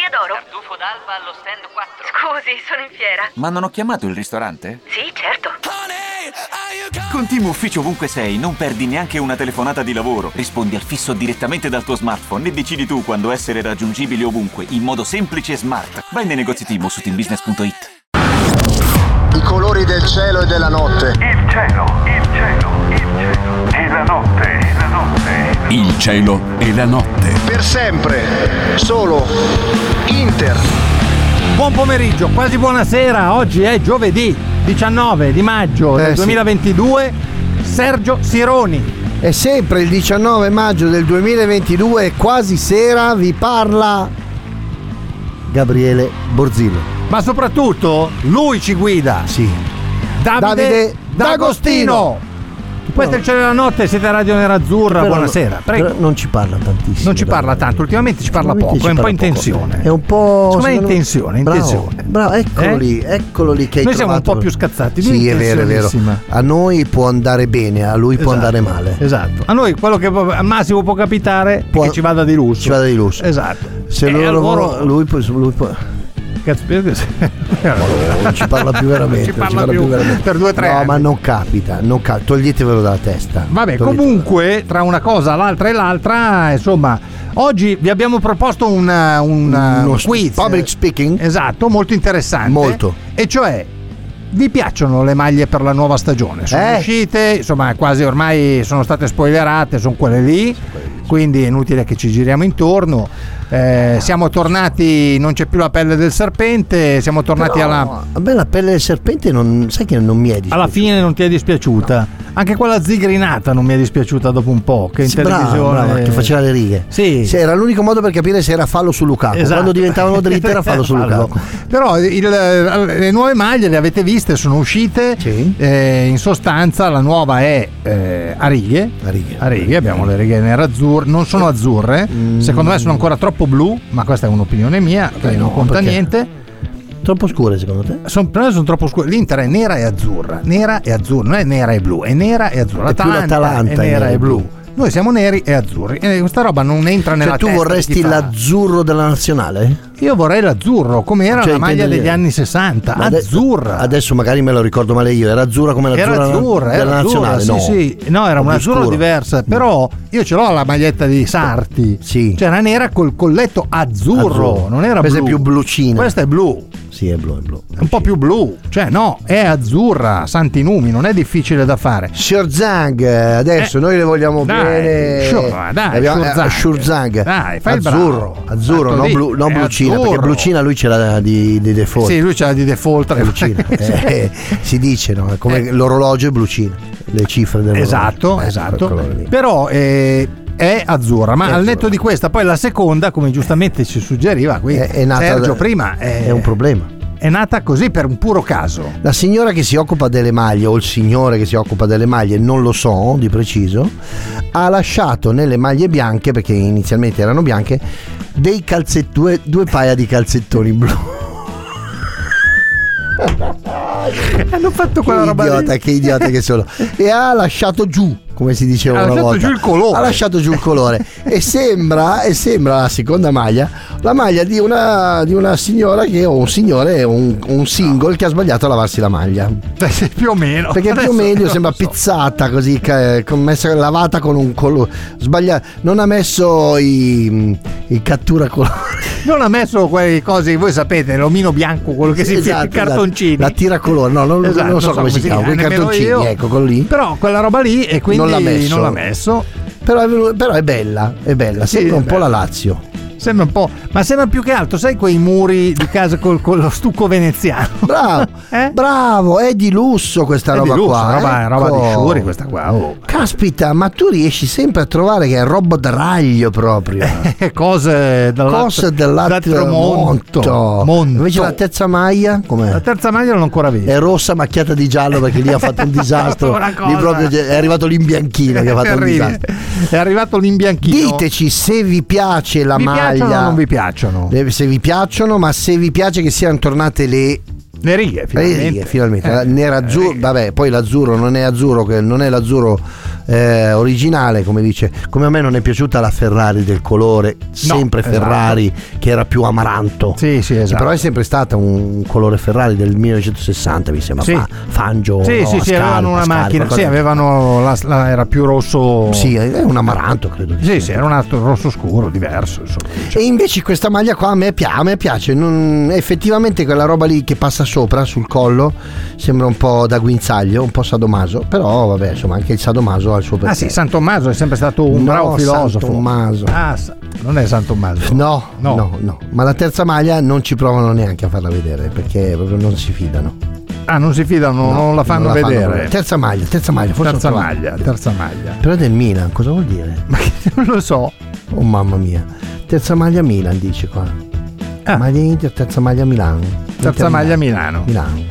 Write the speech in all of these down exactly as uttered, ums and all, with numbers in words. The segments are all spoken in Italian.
Gioielleria d'oro. Tartufo d'alba allo stand quattro. Scusi, sono in fiera. Ma non ho chiamato il ristorante? Sì, certo. Con Team Ufficio ovunque sei, non perdi neanche una telefonata di lavoro. Rispondi al fisso direttamente dal tuo smartphone e decidi tu quando essere raggiungibile ovunque, in modo semplice e smart. Vai nei negozi Team o su team business punto it. I colori del cielo e della notte. Il cielo, il cielo, il cielo. E la notte, la notte. Il cielo e la notte. Per sempre. Solo Inter. Buon pomeriggio, quasi buonasera. Oggi è giovedì diciannove di maggio del Eh, sì. duemilaventidue. Sergio Sironi. È sempre il diciannove maggio del duemilaventidue, quasi sera, vi parla Gabriele Borzillo. Ma soprattutto lui ci guida. Sì. Davide, Davide D'Agostino. Questo è il cielo della notte, siete a Radio Nerazzurra, Però- buonasera. Prego. però non ci parla tantissimo. Non ci parla tanto, ultimamente ci parla Ultimamente poco, ci è un po' parla in poco. tensione. È un po'. Secondo me è in secondo me- tensione, in bravo, tensione. Bravo, eccolo Eh? lì, eccolo lì che hai Noi siamo un trovato. po' più scazzati, lui Sì, è è vero, è vero. intenzionissima. A noi può andare bene, a lui può Esatto, andare male. Esatto. A noi quello che al massimo può capitare Può- è che ci vada di lusso. Ci vada di lusso. Esatto. Se E loro, loro- lui, può, lui può. Cazzo, perché se- Non ci parla più veramente. Non ci parla più veramente. per due o tre no, anni. ma non capita, non ca- toglietevelo dalla testa. Vabbè, Toglietevelo. comunque, tra una cosa, l'altra e l'altra, insomma, oggi vi abbiamo proposto un, un, Uno un sp- quiz. public speaking. Esatto, molto interessante. Molto. E cioè, vi piacciono le maglie per la nuova stagione? Sono Eh. uscite, insomma, quasi ormai sono state spoilerate, sono quelle lì. Quindi è inutile che ci giriamo intorno. Eh, siamo tornati, non c'è più la pelle del serpente, siamo tornati Però, alla. a me la pelle del serpente non sai che non mi è dispiaciuta. Alla fine non ti è dispiaciuta? Anche quella zigrinata non mi è dispiaciuta dopo un po'. Che in Sì, brava, televisione. brava, che faceva le righe. Sì. Sì, era l'unico modo per capire se era fallo su Lukaku. Esatto. Quando diventavano dritte era fallo su Lukaku. Però il- le nuove maglie le avete viste, sono uscite. Sì. Eh, in sostanza la nuova è eh, a righe. A righe. A righe, abbiamo le righe nerazzurre, non sono azzurre. Mm. Secondo me sono ancora troppo blu, ma questa è un'opinione mia, che Eh, non no, conta perché? niente. Troppo scure secondo te? Sono, per me sono troppo scure. L'Inter è nera e azzurra, nera e azzurra, non è nera e blu, è nera e azzurra. È più l'Atalanta è nera è e blu. blu. Noi siamo neri e azzurri. E questa roba non entra nella Cioè tu testa di vorresti chi fa. l'azzurro della nazionale? Io vorrei l'azzurro, come era Cioè, la maglia intendo degli dire- anni sessanta, Ma ade- azzurra. Adesso magari me lo ricordo male io. Era azzurra come l'azzurra Era azzurra, della era azzurra, nazionale? sì, No. sì. No, era Più un'azzurra scuro. diversa, però io ce l'ho la maglietta di Sarti. Sì. Cioè era nera col colletto azzurro, Azzurro. non era Questa blu. è più blucina. Questa è blu. Sì, è blu, è blu. È un po' più blu, cioè no, è azzurra, santi numi, non è difficile da fare. Schurzang, adesso Eh, noi le vogliamo dai, bene. Schur- dai, Abbiamo- eh, Schurzang. Schurzang. Dai, fai il azzurro, bravo. azzurro, Fatto non, lì. blu, non È blucina, azzurro. perché blucina lui ce l'ha di, di default. Sì, lui c'ha di default. È blucina. Eh, si dice, no? È come Eh. l'orologio è blucina, le cifre dell'orologio. Esatto, Eh, esatto. quel colore lì. Però eh, è azzurra, ma È al azzurra. netto di questa, poi la seconda, come giustamente ci suggeriva qui È- è nata Sergio da- prima, è, È un problema. è nata così per un puro caso. La signora che si occupa delle maglie, o il signore che si occupa delle maglie, non lo so di preciso, ha lasciato nelle maglie bianche, perché inizialmente erano bianche, dei calzet- due, due paia di calzettoni blu. Hanno fatto quella Che roba idiota, lì. che idiota che sono. E ha lasciato giù, come si diceva Ha una lasciato volta. giù il colore. Ha lasciato giù il colore. e sembra, e sembra la seconda maglia, la maglia di una, di una signora che, o un signore, un, un single che ha sbagliato a lavarsi la maglia. Sì, più o meno. Perché più o Adesso meno non sembra lo so. pizzata così, ca- con- messa, lavata con un colore sbagliato. Non ha messo i, i cattura colore. Non ha messo quei cosi, voi sapete, l'omino bianco, quello che si fa, i cartoncini. La tiracolore, no, non, Esatto, non so come si chiama, quei nemmeno cartoncini, io. ecco, quello lì. Però quella roba lì e quindi Non l'ha messo. non l'ha messo. Però è, venu- però è bella, è bella, Sì, sembra è un po' bella. la Lazio. Sembra un po', ma sembra più che altro, sai quei muri di casa col, con lo stucco veneziano? Bravo, Eh? bravo, è di lusso questa È roba di lusso, qua. roba, ecco. roba di sciuri questa qua. Oh. Caspita, ma tu riesci sempre a trovare che è roba d'aglio proprio. Cose dall'altro, Cose dell'altro dall'altro monto. monto. monto. Invece la terza maglia com'è? La terza maglia non l'ho ancora vista. È rossa macchiata di giallo perché lì ha fatto un disastro. Una cosa. Lì proprio è arrivato l'imbianchino che ha fatto un Terribile. disastro. È arrivato l'imbianchino. Diteci se vi piace la vi maglia. piacciono o non vi piacciono? Eh, se vi piacciono, ma se vi piace che siano tornate le Le righe, finalmente. Le righe, finalmente. Eh, Nera azzurro, righe. vabbè, poi l'azzurro non è azzurro, che non è l'azzurro eh, originale, come dice. Come a me non è piaciuta la Ferrari del colore, sempre esatto. Ferrari, che era più amaranto. Sì, sì, esatto. Però è sempre stata un colore Ferrari del millenovecentosessanta, mi sembra. Sì. Fa, Fangio. Sì, no, sì, sì, Ascari, avevano una Ascari, macchina. qualcosa Sì, di- avevano la, la- era più rosso. Sì, è un amaranto, credo. che Sì, sia. sì, era un altro rosso scuro, diverso. Insomma. E invece questa maglia qua a me, pia- a me piace, non- effettivamente quella roba lì che passa sopra sul collo sembra un po' da guinzaglio, un po' sadomaso, però vabbè, insomma anche il sadomaso ha il suo perché. Ah sì, San Tommaso è sempre stato un No, bravo filosofo. San Tommaso. Ah, sa- non è San Tommaso. No, No. no, no, ma la terza maglia non ci provano neanche a farla vedere perché proprio non si fidano. Ah, non si fidano, No, non la fanno non la vedere. Terza maglia, terza maglia, forse Terza l'ho trovata. maglia, terza maglia. Però è del Milan, cosa vuol dire? Ma che- non lo so. Oh mamma mia. Terza maglia Milan dice qua. Ah. Maglia Inter, terza maglia Milano. Terza Inter maglia Milano. Milano.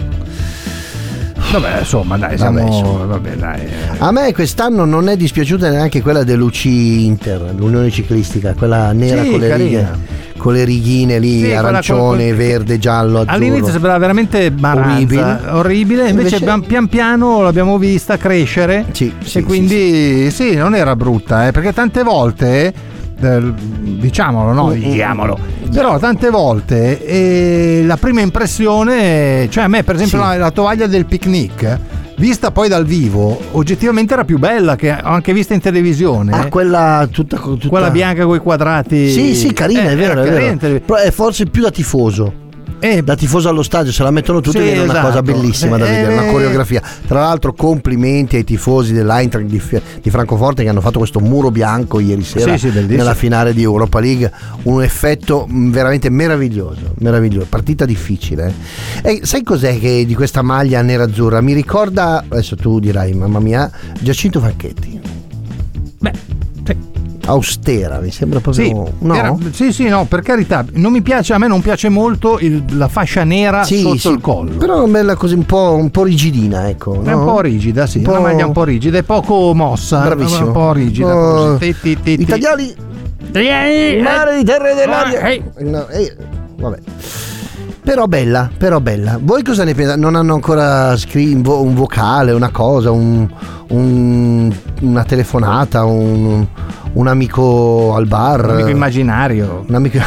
Vabbè, insomma, dai, Vabbè, siamo. insomma. Vabbè, dai. eh. A me quest'anno non è dispiaciuta neanche quella dell'U C Inter, l'Unione Ciclistica, quella nera Sì, con le carina. righe, con le righine lì, Sì, quella arancione, col- verde, giallo, azzurro. All'inizio sembrava veramente maranza, Orribile. orribile, invece, Invece- pian, pian piano l'abbiamo vista crescere. Sì, sì, e quindi sì, non era brutta, eh, perché tante volte, eh, diciamolo, no, diciamolo, però tante volte eh, la prima impressione, cioè a me per esempio Sì. la, la tovaglia del picnic, vista poi dal vivo, oggettivamente era più bella, che ho anche vista in televisione. Ah, quella tutta, tutta... Quella bianca con i quadrati. Sì, sì, carina, Eh, è vero, era è vero. carina. Però è forse più da tifoso. Eh, Da tifoso allo stadio, se la mettono tutti Sì, viene una esatto. cosa bellissima da Eh, vedere, una eh. coreografia. Tra l'altro complimenti ai tifosi dell'Eintracht di, Fi- di Francoforte che hanno fatto questo muro bianco ieri sera Sì, sì, bellissimo. nella finale di Europa League, un effetto mh, veramente meraviglioso, meraviglioso, partita difficile. E sai cos'è che di questa maglia nera-azzurra? Mi ricorda, adesso tu dirai mamma mia, Giacinto Facchetti. beh, sì. Austera, mi sembra proprio. Sì, no? era- sì, sì, no, per carità, non mi piace, a me non piace molto il- la fascia nera Sì, sotto sì, il collo. però è una bella così un po', un po' rigidina, ecco. È no? un po' rigida, sì, Un po'- una maglia un po' rigida e poco mossa, Bravissimo. un po' rigida. Oh, così. Ti, ti, ti, ti. Italiani, Eh, mare di terra e dell'aria. eh. No, eh, vabbè. Però bella, però bella. Voi cosa ne pensate? Non hanno ancora scritto un vocale, una cosa, un, un- una telefonata, un, un amico al bar? Un amico immaginario. Un amico,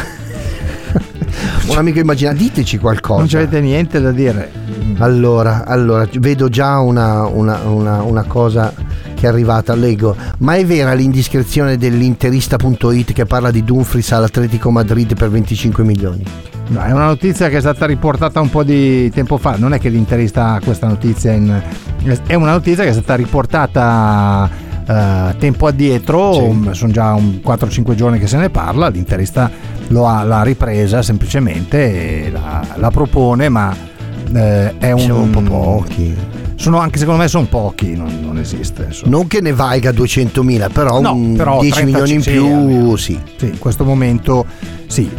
un amico immaginario. Diteci qualcosa. Non c'avete niente da dire. Allora, allora, vedo già una, una, una, una cosa che è arrivata, leggo. Ma è vera l'indiscrezione dell'interista punto it che parla di Dumfries all'Atletico Madrid per venticinque milioni? No, è una notizia che è stata riportata un po' di tempo fa, non è che l'interista ha questa notizia in... è una notizia che è stata riportata eh, tempo addietro, Sì. um, sono già un quattro cinque giorni che se ne parla, l'interista lo ha, l'ha ripresa semplicemente e la, la propone, ma eh, è un, Sono un po' pochi. Sono, anche secondo me sono pochi, non, non esiste. insomma. Non che ne valga duecentomila, però, No, un però dieci milioni in trentacinque, più, almeno. sì. Sì, in questo momento sì.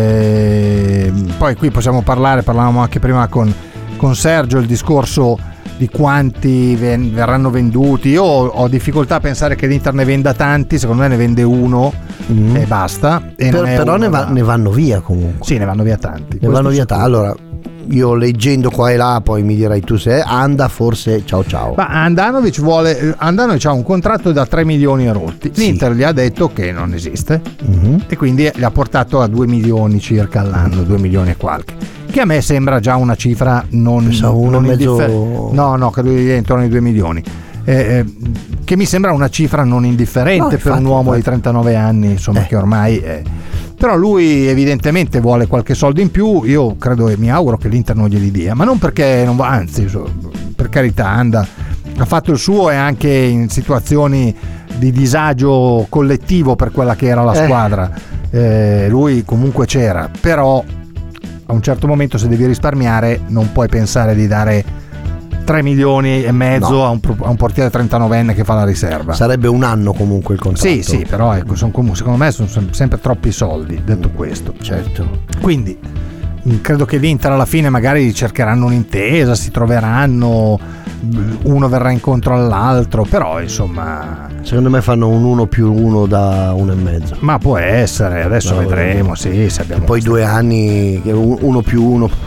Ehm, poi qui possiamo parlare, parlavamo anche prima con, con Sergio, il discorso di quanti ven- verranno venduti. Io ho, ho difficoltà a pensare che l'Inter ne venda tanti, secondo me ne vende uno Mm. e basta. E Per- non è però uno ne, va- da- ne vanno via comunque. Sì, ne vanno via tanti. Ne vanno questo via sicuro. ta- Allora, io leggendo qua e là, poi mi dirai tu se anda, forse ciao ciao. Ma Andanovic vuole Andanovic ha un contratto da tre milioni e rotti. Sì. L'Inter gli ha detto che non esiste Mhm. e quindi li ha portato a due milioni circa all'anno, due milioni e qualche. Che a me sembra già una cifra non, Pensavo uno non e mezzo- indifferente. No, no, credo che intorno ai due milioni. Eh, eh, che mi sembra una cifra non indifferente No, per infatti, un uomo infatti. di trentanove anni, insomma, Eh. che ormai è. Però lui evidentemente vuole qualche soldo in più. Io credo e mi auguro che l'Inter non glieli dia, ma non perché non va, anzi, so- per carità, anda, ha fatto il suo e anche in situazioni di disagio collettivo per quella che era la Eh. squadra. Eh, lui comunque c'era, però a un certo momento, se devi risparmiare, non puoi pensare di dare tre milioni e mezzo No. a, un, pro- a un portiere trentanovenne che fa la riserva. Sarebbe un anno comunque il contratto. Sì, sì, però ecco, son comu- secondo me sono sem- sempre troppi soldi, detto questo. Certo. Quindi mh, credo che l'Inter alla fine magari cercheranno un'intesa, si troveranno, mh, uno verrà incontro all'altro, però insomma, Secondo me fanno un uno più uno da uno e mezzo. ma può essere, adesso No, vedremo, sì, se abbiamo Poi due anni, che un- uno più uno.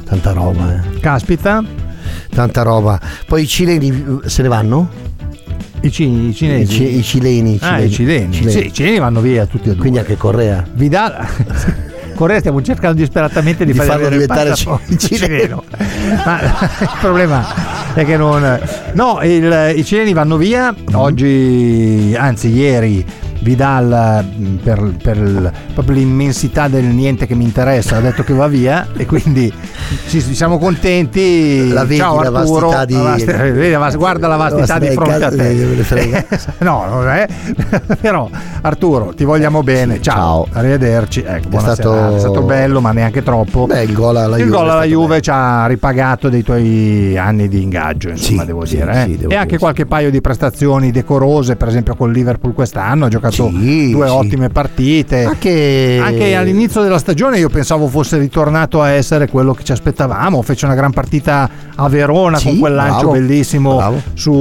Tanta roba, eh. Caspita. Tanta roba. Poi i cileni se ne vanno? I, ci, i I, cinesi? ci- i cileni, i Ah, cileni. i cileni. Cileni. Sì, i cileni vanno via tutti e due. Quindi anche Correa. Vidal. Correa stiamo cercando disperatamente di, Di fargli farlo avere il diventare passaporto ci- cileno. Ma il problema è che non. No, il- i cileni vanno via. Oggi, anzi, ieri. Vidal per, per il- proprio l'immensità del niente che mi interessa ha detto che va via e quindi ci, ci siamo contenti. La vedi, Ciao la Arturo. vastità di- La vasti- vedi la vas- guarda la vastità di fronte a te. Me ne frega. No, non è. Però Arturo, ti vogliamo bene. Ciao, Ciao. arrivederci. Ecco, buona stato- serata. È stato bello, ma neanche troppo. Beh, il gol alla il Juve gol è alla stato Juve bello. ci ha ripagato dei tuoi anni di ingaggio, insomma, Sì, devo sì, dire. eh. sì, devo e anche dire, qualche paio di prestazioni decorose, per esempio col Liverpool quest'anno ha giocato Sì, due sì. ottime partite. Anche, Anche all'inizio della stagione io pensavo fosse ritornato a essere quello che ci aspettavamo. Fece una gran partita a Verona Sì, con quel lancio bravo, bellissimo bravo.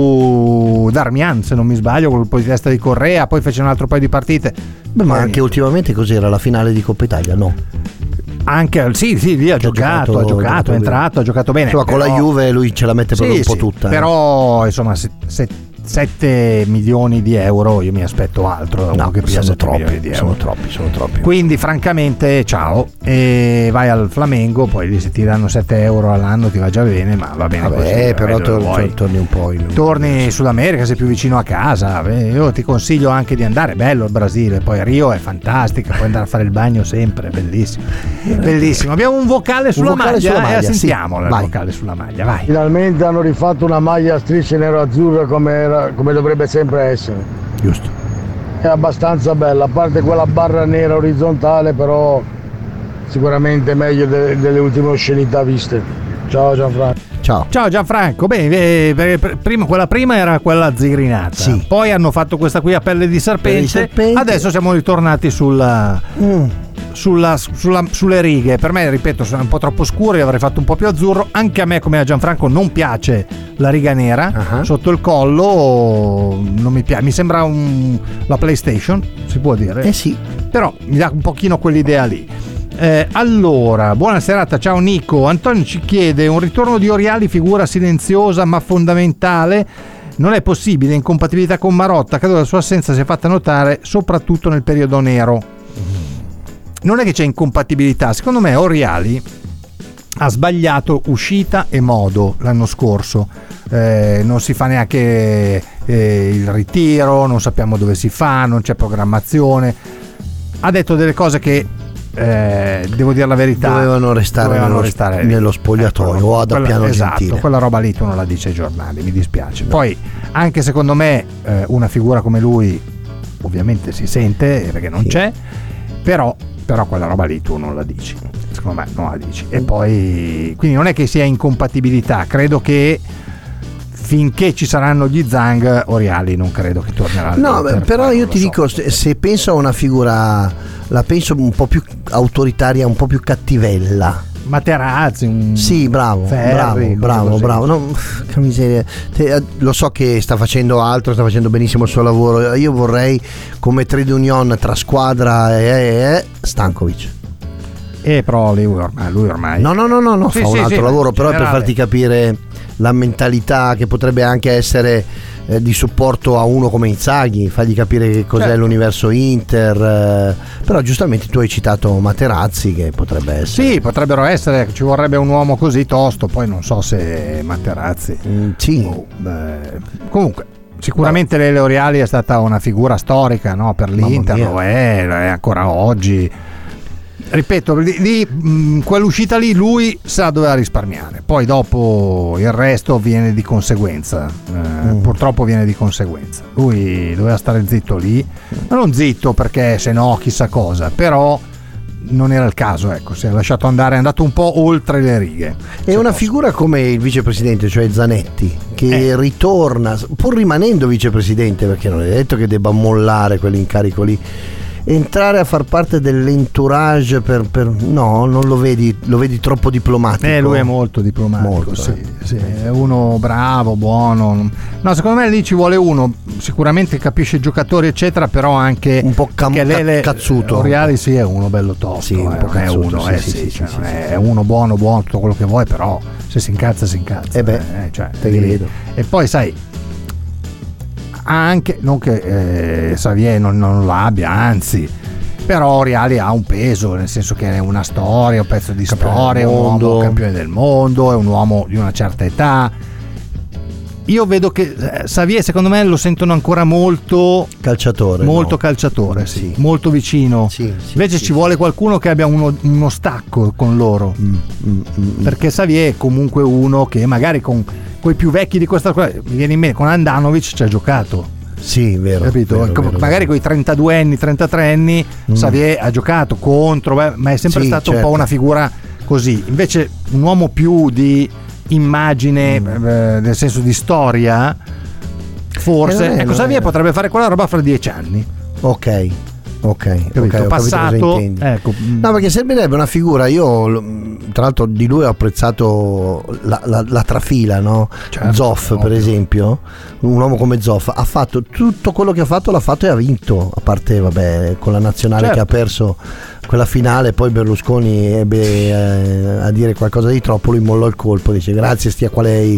su Darmian, se non mi sbaglio, col poi di testa di Correa. Poi fece un altro paio di partite. Beh, ma Poi anche ultimamente cos'era la finale di Coppa Italia? No. anche sì, sì, lì ha Che ha giocato, giocato- ha giocato, è bene. entrato, ha giocato bene. Insomma, con la però- Juve lui ce la mette proprio Sì, un po' sì, tutta. eh. Però insomma se, se, sette milioni di euro io mi aspetto altro da uno No, che piglia sono sette milioni troppi, di euro. sono troppi, sono troppi. Quindi francamente ciao, e vai al Flamengo, poi lì se ti danno sette euro all'anno ti va già bene, ma va bene così. Vabbè, però vai dove tor- vuoi. torni un po' in... Torni Sud America, sei più vicino a casa. Beh, io ti consiglio anche di andare, bello il Brasile, poi Rio è fantastica, puoi andare a fare il bagno sempre, bellissimo. Bellissimo. Abbiamo un vocale sulla vocale maglia, sulla maglia, eh, sì. sentiamolo il Vai. vocale sulla maglia, vai. Finalmente hanno rifatto una maglia a strisce nero-azzurra come, era- come dovrebbe sempre essere. Giusto. È abbastanza bella, a parte quella barra nera orizzontale, però sicuramente meglio de- delle ultime oscenità viste. Ciao Gianfranco. Ciao. Ciao Gianfranco, beh, eh, per- per- prima, quella prima era quella zigrinata, Sì. poi hanno fatto questa qui a pelle di serpente, Pelle di serpente. adesso siamo ritornati sulla, Mm. sulla- sulla- sulle righe. Per me, ripeto, sono un po' troppo scure, avrei fatto un po' più azzurro. Anche a me, come a Gianfranco, non piace la riga nera Uh-huh. sotto il collo, non mi piace, mi sembra un, la PlayStation, si può dire, Eh sì. però mi dà un pochino quell'idea lì. Eh, allora, buona serata, ciao Nico. Antonio ci chiede: un ritorno di Oriali, figura silenziosa ma fondamentale, non è possibile? Incompatibilità con Marotta, credo la sua assenza sia fatta notare soprattutto nel periodo nero. Non è che c'è incompatibilità, secondo me Oriali ha sbagliato uscita e modo l'anno scorso. Eh, non si fa neanche eh, il ritiro, non sappiamo dove si fa, non c'è programmazione. Ha detto delle cose che eh, devo dire la verità, Dovevano restare dovevano nello, restare lì. nello spogliatoio Ecco, o ad quella- Appiano esatto, Gentile. quella roba lì tu non la dici ai giornali, mi dispiace. Poi anche secondo me eh, una figura come lui ovviamente si sente perché non Sì. c'è, però, però quella roba lì tu non la dici, secondo me non la dici. E poi quindi non è che sia incompatibilità, credo che finché ci saranno gli Zhang, Oriali non credo che tornerà. No, all'Inter, beh, però non io lo ti so. dico, se, se penso a una figura, la penso un po' più autoritaria, un po' più cattivella. Materazzi, un Sì, bravo, Ferri, bravo, cose bravo, così. bravo. No, che miseria. Te- eh, lo so che sta facendo altro, sta facendo benissimo il suo lavoro. Io vorrei come trade union tra squadra e, e, e Stankovic. E però lui ormai, lui ormai No, no, no, no, no Sì, fa sì, un altro sì, lavoro, in però è per generale. farti capire la mentalità che potrebbe anche essere eh, di supporto a uno come Inzaghi, fargli capire che cos'è Certo. l'universo Inter. eh, però giustamente tu hai citato Materazzi, che potrebbe essere. Sì, potrebbero essere, ci vorrebbe un uomo così tosto, poi non so se Materazzi. Mm, sì. Oh, beh, comunque, sicuramente Lele Oriali è stata una figura storica, no, per l'Inter, mia. lo è, lo è ancora oggi. Ripeto, lì, lì, mh, quell'uscita lì lui sa doveva risparmiare, poi dopo il resto viene di conseguenza, eh, Mm. purtroppo viene di conseguenza. Lui doveva stare zitto lì, ma non zitto perché se no chissà cosa, però non era il caso, ecco, si è lasciato andare, è andato un po' oltre le righe. È una figura come il vicepresidente, cioè Zanetti, che Eh. ritorna, pur rimanendo vicepresidente, perché non è detto che debba mollare quell'incarico lì, entrare a far parte dell'entourage per, per no, non lo vedi, lo vedi troppo diplomatico. Eh, lui è molto diplomatico, molto, sì, eh. sì, è uno bravo, buono. No, secondo me lì ci vuole uno sicuramente capisce i giocatori eccetera, però anche un po' cam- che lei, cazzuto. Oriali sì, è uno bello tosto, sì, un eh, po' non è cazzuto, uno, sì, eh, sì, sì, sì, cioè, sì, non sì, è uno buono, buono, tutto quello che vuoi, però se si incazza si incazza. Eh beh, eh, cioè, te lì- credo. E poi sai anche non che eh, Xavier non, non l'abbia, anzi, però Oriali ha un peso, nel senso che è una storia, un pezzo di Campione storia, del un uomo mondo. campione del mondo, è un uomo di una certa età. Io vedo che eh, Xavier secondo me lo sentono ancora molto Calciatore. molto no. calciatore, sì, Sì. molto vicino. Sì, sì, Invece sì, ci vuole qualcuno che abbia uno, uno stacco con loro, Mm, mm, mm, mm. perché Xavier è comunque uno che magari con quei più vecchi di questa squadra, mi viene in mente con Andanovic ci ha giocato, Sì, vero. capito? vero, Com- vero, magari vero. con i trentadue anni, trentatré anni Xavier ha giocato contro, beh, ma è sempre Sì, stato un certo. po' una figura così. Invece un uomo più di immagine, Mm. eh, nel senso di storia, forse Eh, non è- ecco, non Xavier è- potrebbe fare quella roba fra dieci anni, Ok. Ok, capito? ok, ho capito Passato, cosa intendi. ecco. No, perché servirebbe una figura. Io, l- tra l'altro, di lui ho apprezzato la, la- la trafila, no? Certo, Zoff, ovvio. per esempio, un uomo come Zoff ha fatto tutto quello che ha fatto, l'ha fatto e ha vinto. A parte, vabbè, con la nazionale Certo. che ha perso quella finale, poi Berlusconi ebbe eh, a dire qualcosa di troppo, lui mollò il colpo, dice grazie, stia qua lei.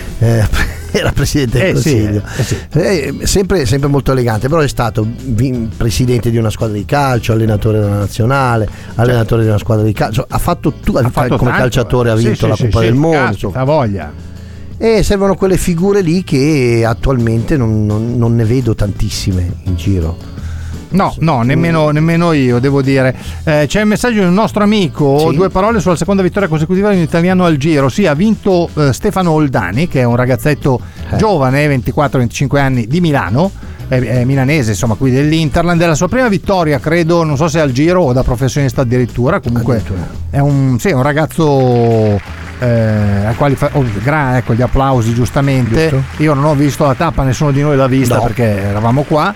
Eh, era presidente del Eh sì, Consiglio. eh sì. Eh, sempre, sempre molto elegante, però è stato vi- presidente di una squadra di calcio, allenatore della nazionale, allenatore di una squadra di calcio, ha fatto tutto, Ha fatto come tanto, calciatore eh. ha Sì, vinto sì, la sì, Coppa sì, del Mondo, caspita, insomma. voglia. E servono quelle figure lì che attualmente non, non- non ne vedo tantissime in giro. No, no, nemmeno, nemmeno io, devo dire. Eh, c'è il messaggio di un nostro amico, Sì. due parole sulla seconda vittoria consecutiva in italiano al Giro. Sì, ha vinto eh, Stefano Oldani, che è un ragazzetto Eh. giovane, ventiquattro venticinque anni, di Milano, è, è milanese, insomma, qui dell'Interland. È la sua prima vittoria, credo, non so se al Giro o da professionista addirittura. Comunque Addirittura. è un, sì, è un ragazzo eh, al quale fa, oh, gra- ecco gli applausi giustamente. Giusto. Io non ho visto la tappa, nessuno di noi l'ha vista No. perché eravamo qua,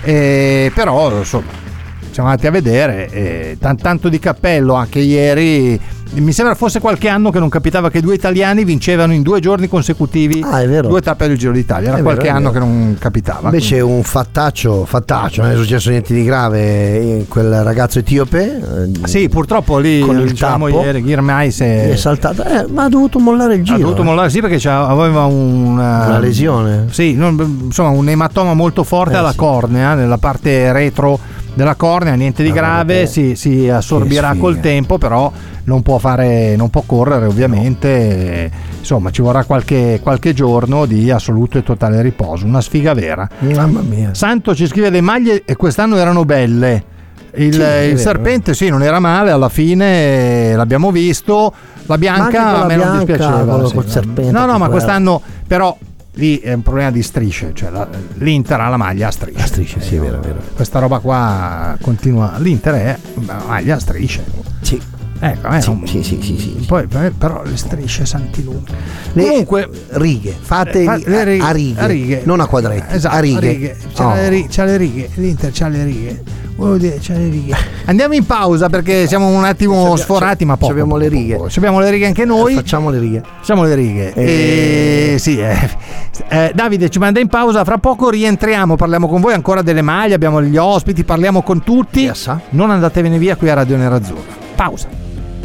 eh, però insomma siamo andati a vedere, eh, tan- tanto di cappello anche ieri. Mi sembra fosse qualche anno che non capitava che due italiani vincevano in due giorni consecutivi Ah, è vero. due tappe del Giro d'Italia. Era È qualche vero, è anno vero. che non capitava. Invece un fattaccio, fattaccio, non è successo niente di grave, eh, quel ragazzo etiope. eh, Sì, purtroppo lì con il diciamo tappo, ieri Girmay si è, è saltato, eh, ma ha dovuto mollare il giro. ha dovuto eh. mollare, sì, perché c'ha- aveva una, Una lesione. Sì, non- insomma un ematoma molto forte Eh, alla sì. cornea, nella parte retro della cornea, niente di Ah, grave, vabbè. si, si assorbirà Che col sfiga. tempo, però non può fare, non può correre ovviamente, e, insomma ci vorrà qualche, qualche giorno di assoluto e totale riposo, una sfiga vera. Mamma mia. Santo ci scrive: le maglie e quest'anno erano belle. Il, Sì, è il vero. serpente sì, non era male, alla fine l'abbiamo visto. La Ma anche bianca quella a me non bianca, dispiaceva. quello sì. col serpente, no, no, ma quella- quest'anno però lì è un problema di strisce, cioè la- l'Inter ha la maglia a strisce. A strisce, sì, è vero, è vero. Questa roba qua continua. L'Inter è la maglia a strisce. Sì. Ecco, eh, Sì, non- sì, sì, sì, sì. Poi eh, però le strisce santi lunghi. Le Comunque righe, fate eh, fa- le righe, a, righe, a righe. non a quadretti, Esatto, a righe. C'ha, Oh. le righe, c'ha le righe, l'Inter c'ha le righe. Volevo dire, c'ha le righe. Andiamo in pausa perché siamo un attimo C'abbiamo- sforati, ma poco. c'abbiamo le poco, righe. poco. C'abbiamo le righe anche noi. Facciamo le righe. Facciamo le righe. Eh. E... Sì, eh. Eh, Davide ci manda in pausa. Fra poco rientriamo. Parliamo con voi ancora delle maglie. Abbiamo gli ospiti. Parliamo con tutti. Yes. Non andatevene via qui a Radio Nerazzurra. Pausa.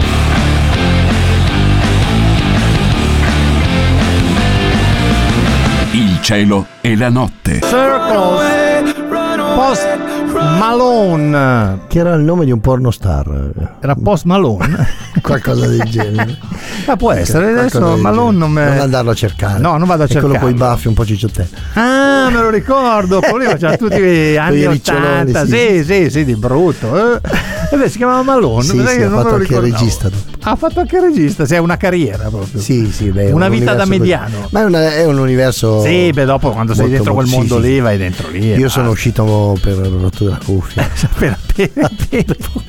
Il cielo e la notte. Circles. Post Malone. Che era il nome di un pornostar. Era Post Malone. Qualcosa del genere. Ma può essere. Qualcosa Adesso del Malone genere. non me... Non andarlo a cercare. No, non vado a È quello cercarlo. con i baffi un po' cicciottello. Ah, me lo ricordo, quello lì faceva tutti gli anni Con i riccioloni, ottanta, sì. sì, sì, sì, di brutto. Eh. E beh, si chiamava Malone, Sì, mi sa sì, che ha non me fatto lo anche il ricordavo. regista dopo. Ha fatto anche il regista, sì, è una carriera proprio. Sì, sì, beh, è Una un vita da universo mediano. così. Ma è, una- è un universo. Sì, beh, dopo quando sei molto, dentro quel molto- mondo sì, lì, sì. vai dentro lì. e Io sono basta. uscito per rottura della cuffia. appena appena tempo.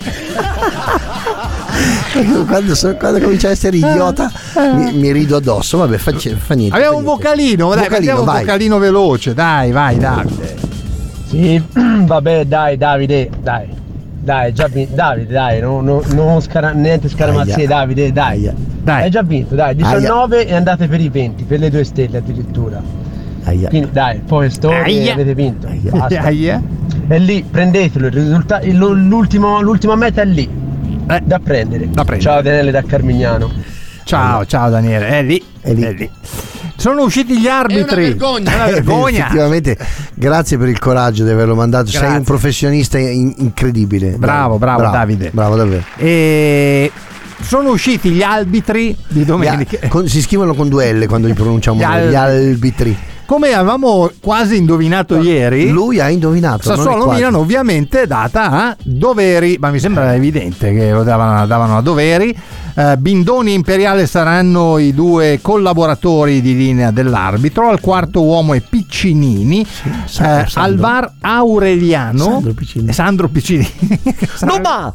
quando, so- quando comincia a essere idiota mi, mi rido addosso. Vabbè, fa, fa niente. Abbiamo fa un niente. vocalino, dai, Vocalino, facciamo un vai. vocalino veloce, dai, vai, Davide. Sì, vabbè, dai Davide, dai. Dai, già vinto. Davide, dai, no, no, non scara- niente scaramazzie, Aia. Davide, dai. Aia. Dai. Hai già vinto, dai, diciannove e andate per i venti, per le due stelle addirittura. Aia. Quindi dai, poi storie e avete vinto. Aia. Basta. Aia. È lì, prendetelo, il risultato, il- l'ultimo, l'ultima meta è lì. Eh. Da prendere. Da prendere. Ciao Daniele da Carmignano. Ciao, ciao Daniele, è lì, È lì. è lì. Sono usciti gli arbitri. È una vergogna. È una vergogna. Effettivamente, grazie per il coraggio di averlo mandato. Sei Grazie. un professionista in- incredibile. Bravo, bravo, Davide. Bravo davvero. E sono usciti gli arbitri di domenica. Gli a- con- si scrivono con due L quando li pronunciamo Gli noi, al- gli arbitri. Come avevamo quasi indovinato ieri, Lui ha indovinato. non è Sassuolo quasi. Milano ovviamente è data a Doveri, ma mi sembra evidente che lo davano, davano a Doveri. Eh, Bindoni e Imperiale saranno i due collaboratori di linea dell'arbitro. Al quarto uomo è Piccinini. Sandro, Eh, Sandro. al V A R Aureliano. Sandro Piccinini. Sandro Piccinini. Non va!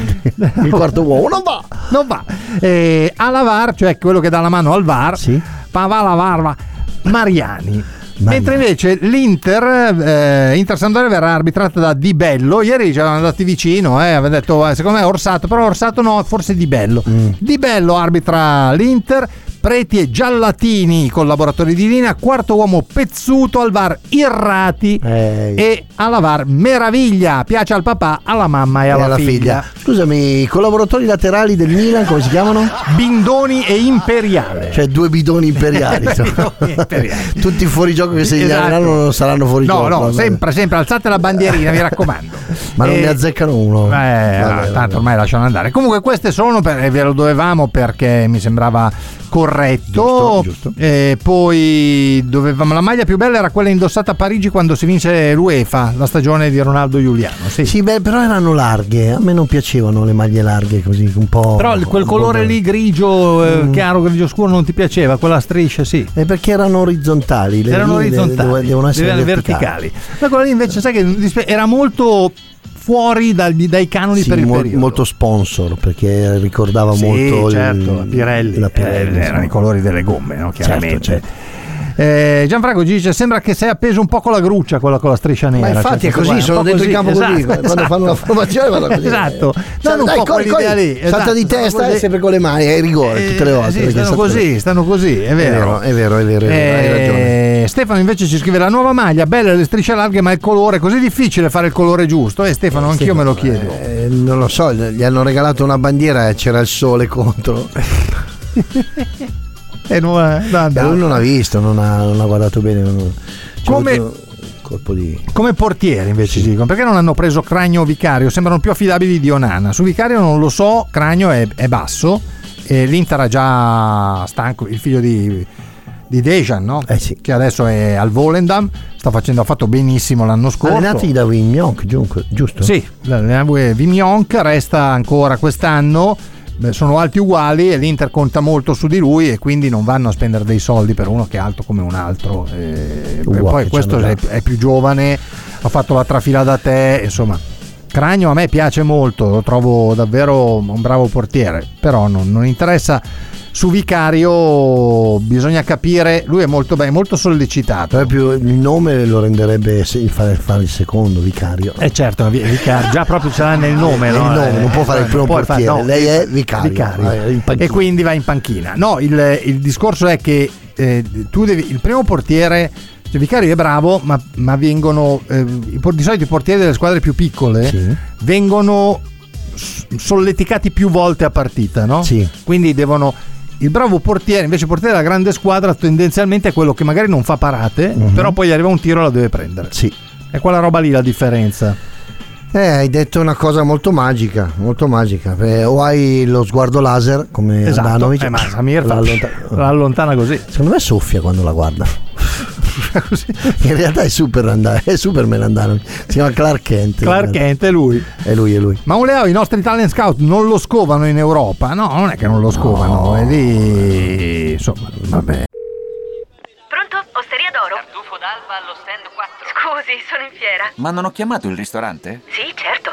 Il quarto uomo non va! Non va. Eh, alla V A R, cioè quello che dà la mano al V A R, Sì. Pavala Varva Mariani. Mariani. Mentre invece l'Inter, eh, Inter Sampdoria verrà arbitrata da Di Bello. Ieri ci erano andati vicino, eh, aveva detto eh, secondo me Orsato, però Orsato no, forse Di Bello. Mm. Di Bello arbitra l'Inter. Preti e Giallatini, collaboratori di linea. Quarto uomo Pezzuto, al V A R Irrati. Ehi. E alla V A R Meraviglia, piace al papà, alla mamma e E alla, alla figlia. Scusami, i collaboratori laterali del Milan come si chiamano? Bindoni e Imperiale. Cioè due bidoni imperiali. Bidoni imperiali. Tutti fuori gioco che se Esatto. segnaleranno non saranno fuori No, gioco. no, Vabbè. sempre, sempre alzate la bandierina, mi raccomando. Ma non Eh, ne azzeccano uno. Eh, Vabbè, tanto vabbè. ormai lasciano andare. Comunque queste sono, per, e ve lo dovevamo perché mi sembrava corretto. Giusto, giusto. E poi dovevamo, la maglia più bella era quella indossata a Parigi quando si vince l'UEFA, la stagione di Ronaldo Giuliano. Sì. Sì, beh, però erano larghe. A me non piacevano le maglie larghe così, un po'. Però il- quel un po' colore da- lì grigio, eh, Mm. chiaro, grigio scuro non ti piaceva, quella striscia sì. È perché erano orizzontali. Le Erano linee orizzontali, devono- devono essere erano verticali. Ma quella lì invece sai che mi dispi- era molto fuori dal- dai canoni Sì, per il mol- periodo. molto sponsor perché ricordava Sì, molto certo, il, la Pirelli, la Pirelli, eh, insomma. erano i colori delle gomme, no? Chiaramente. Certo, certo. Eh, Gianfranco dice sembra che sei appeso un po' con la gruccia, quella con la striscia nera. Ma infatti cioè, è così, guarda, sono un po' dentro il campo così, esatto, quando esatto. fanno la formazione vanno così. Esatto, Cioè, danno un dai, po' corri, quell'idea corri, lì, salta esatto, di testa stanno e così. sempre con le mani, è rigore tutte le Eh, volte. sì, perché stanno sta- così, stanno così, è È vero. vero, è vero, è vero, è vero, hai ragione. Eh, Stefano invece ci scrive la nuova maglia, bella le strisce larghe, ma il colore così difficile fare il colore giusto. E eh, Stefano, anch'io me lo chiedo. Eh, non lo so, gli hanno regalato una bandiera e c'era il sole contro. E non, eh, no, E no. lui non ha visto, non ha, non ha guardato bene. non- c'è Come- avuto un colpo di. Come portieri invece si dicono, perché non hanno preso Cragno o Vicario? Sembrano più affidabili di Onana. Su Vicario non lo so, Cragno è, è basso e l'Inter ha già stanco, il figlio di, di Dejan, no? Eh sì. Che adesso è al Volendam, sta facendo, ha fatto benissimo l'anno scorso. Allenati da Wim Mionk, giusto? Sì, Vimionk resta ancora quest'anno. Beh, sono alti uguali e l'Inter conta molto su di lui e quindi non vanno a spendere dei soldi per uno che è alto come un altro. E Uguale, poi questo c'hanno è, già. è più giovane, ha fatto la trafila da te, insomma. Cragno a me piace molto, lo trovo davvero un bravo portiere, però non, non interessa. Su Vicario bisogna capire, lui è molto bene, molto sollecitato. Proprio il nome lo renderebbe se- fare, fare il secondo Vicario. Eh certo, Vi- Vicario, già proprio ce l'ha nel nome, Nel no? nome, non può fare il primo puoi fare- portiere, lei è Vicario, Vicario. eh, in panchina. E quindi va in panchina. No, il, il discorso è che eh, tu devi, il primo portiere, cioè Vicario è bravo, ma, ma vengono eh, i por- di solito i portieri delle squadre più piccole Sì. vengono s- solleticati più volte a partita, no? Sì. Quindi devono. Il bravo portiere, invece il portiere della grande squadra tendenzialmente è quello che magari non fa parate, Mhm. però poi gli arriva un tiro e la deve prendere. Sì. È quella roba lì la differenza. Eh, hai detto una cosa molto magica, molto magica. Eh, o hai lo sguardo laser come Esatto, Andanovic, eh, ma Samir la fa- allontana- la allontana così. Secondo me soffia quando la guarda. Così. In realtà è super Andanovic, è Superman Andanovic. Si chiama Clark Kent. Clark Kent è lui. È lui, è lui. Ma un Leo, i nostri talent scout non lo scovano in Europa? No, non è che non lo scovano, è lì. Insomma, vabbè. Pronto? Osteria d'oro? Tartufo d'alba allo stand quattro. Scusi, sono in fiera. Ma non ho chiamato il ristorante? Sì, certo.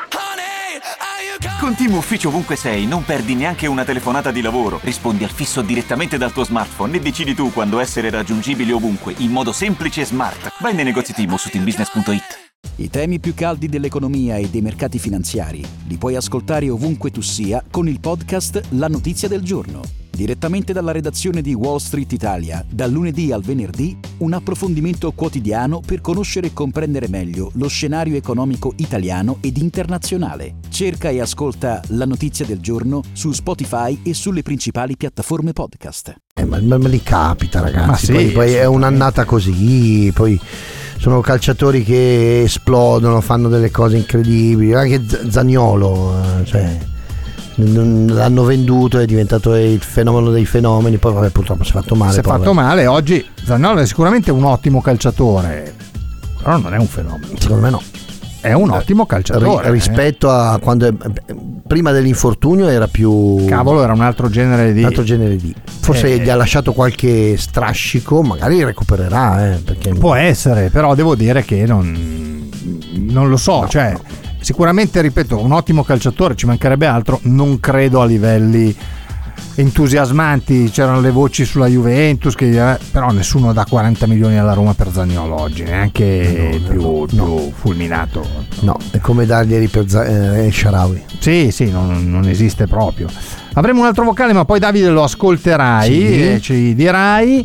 Con Team Ufficio ovunque sei, non perdi neanche una telefonata di lavoro. Rispondi al fisso direttamente dal tuo smartphone e decidi tu quando essere raggiungibile ovunque, in modo semplice e smart. Vai nei negozi Team o su team business punto it. I temi più caldi dell'economia e dei mercati finanziari li puoi ascoltare ovunque tu sia con il podcast La Notizia del Giorno. Direttamente dalla redazione di Wall Street Italia, dal lunedì al venerdì, un approfondimento quotidiano per conoscere e comprendere meglio lo scenario economico italiano ed internazionale. Cerca e ascolta La Notizia del Giorno su Spotify e sulle principali piattaforme podcast. Eh, ma, ma li capita, ragazzi. Ma sì, poi, poi è un'annata così, poi sono calciatori che esplodono, fanno delle cose incredibili. Anche Zaniolo, cioè, l'hanno venduto, è diventato il fenomeno dei fenomeni. Poi vabbè, purtroppo si è fatto male. Si è fatto male. Oggi Zaniolo è sicuramente un ottimo calciatore, però non è un fenomeno. Secondo me no. È un ottimo calciatore. R- rispetto eh. a quando è, prima dell'infortunio era più cavolo, era un altro genere di un altro genere di forse eh. gli ha lasciato qualche strascico, magari recupererà, eh, perché può essere, però devo dire che non non lo so, no, cioè no. Sicuramente, ripeto, un ottimo calciatore, ci mancherebbe altro, non credo a livelli entusiasmanti. C'erano le voci sulla Juventus che, eh, però nessuno dà quaranta milioni alla Roma per Zaniolo oggi, neanche no, più, no, più no. fulminato. No, è come darglieli per eh, Shaarawy. Sì, sì, non, non esiste proprio. Avremo un altro vocale, ma poi Davide lo ascolterai, sì. E ci dirai.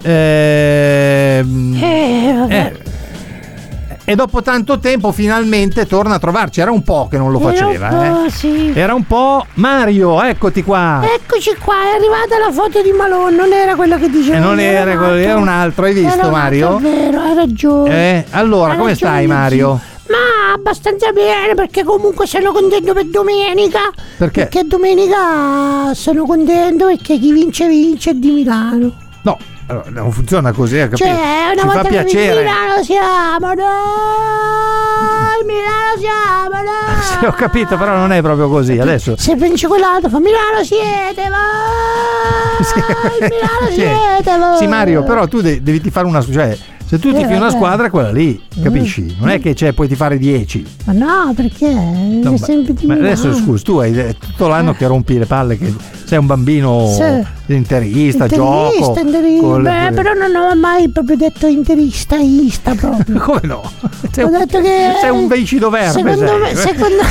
Eh, eh, eh, e dopo tanto tempo finalmente torna a trovarci. Era un po' che non lo faceva. Era un po', eh. sì. Era un po'. Mario, eccoti qua. Eccoci qua, è arrivata la foto di Malone. Non era quello che diceva. E non era quello, era un altro. Hai visto, era Mario? È vero, hai ragione. Eh, allora, hai come ragione, stai, Mario? Ma abbastanza bene, perché comunque sono contento per domenica. Perché? Perché domenica sono contento perché chi vince vince è di Milano. No. Allora, non funziona così, capito? Cioè, una ci volta fa piacere. Che Milano siamo noi, Milano siamo noi. Sì, ho capito, però non è proprio così. Adesso se vince quell'altro fa Milano siete voi, sì. Milano sì. siete voi. Sì, Mario, però tu de- devi tifare una, cioè se tu tifi eh, una squadra è quella lì, capisci? Non è che c'è, puoi tifare dieci. Ma no, perché? No, è sempre di ma adesso scusa, tu hai tutto l'anno eh. che rompi le palle, che sei un bambino sì. interista, interista, gioco. Interista. Con Beh, le... però non ho mai proprio detto interista, ista proprio. Come no? Sei ho un, detto che sei un veicido verme. Secondo sei. me, secondo,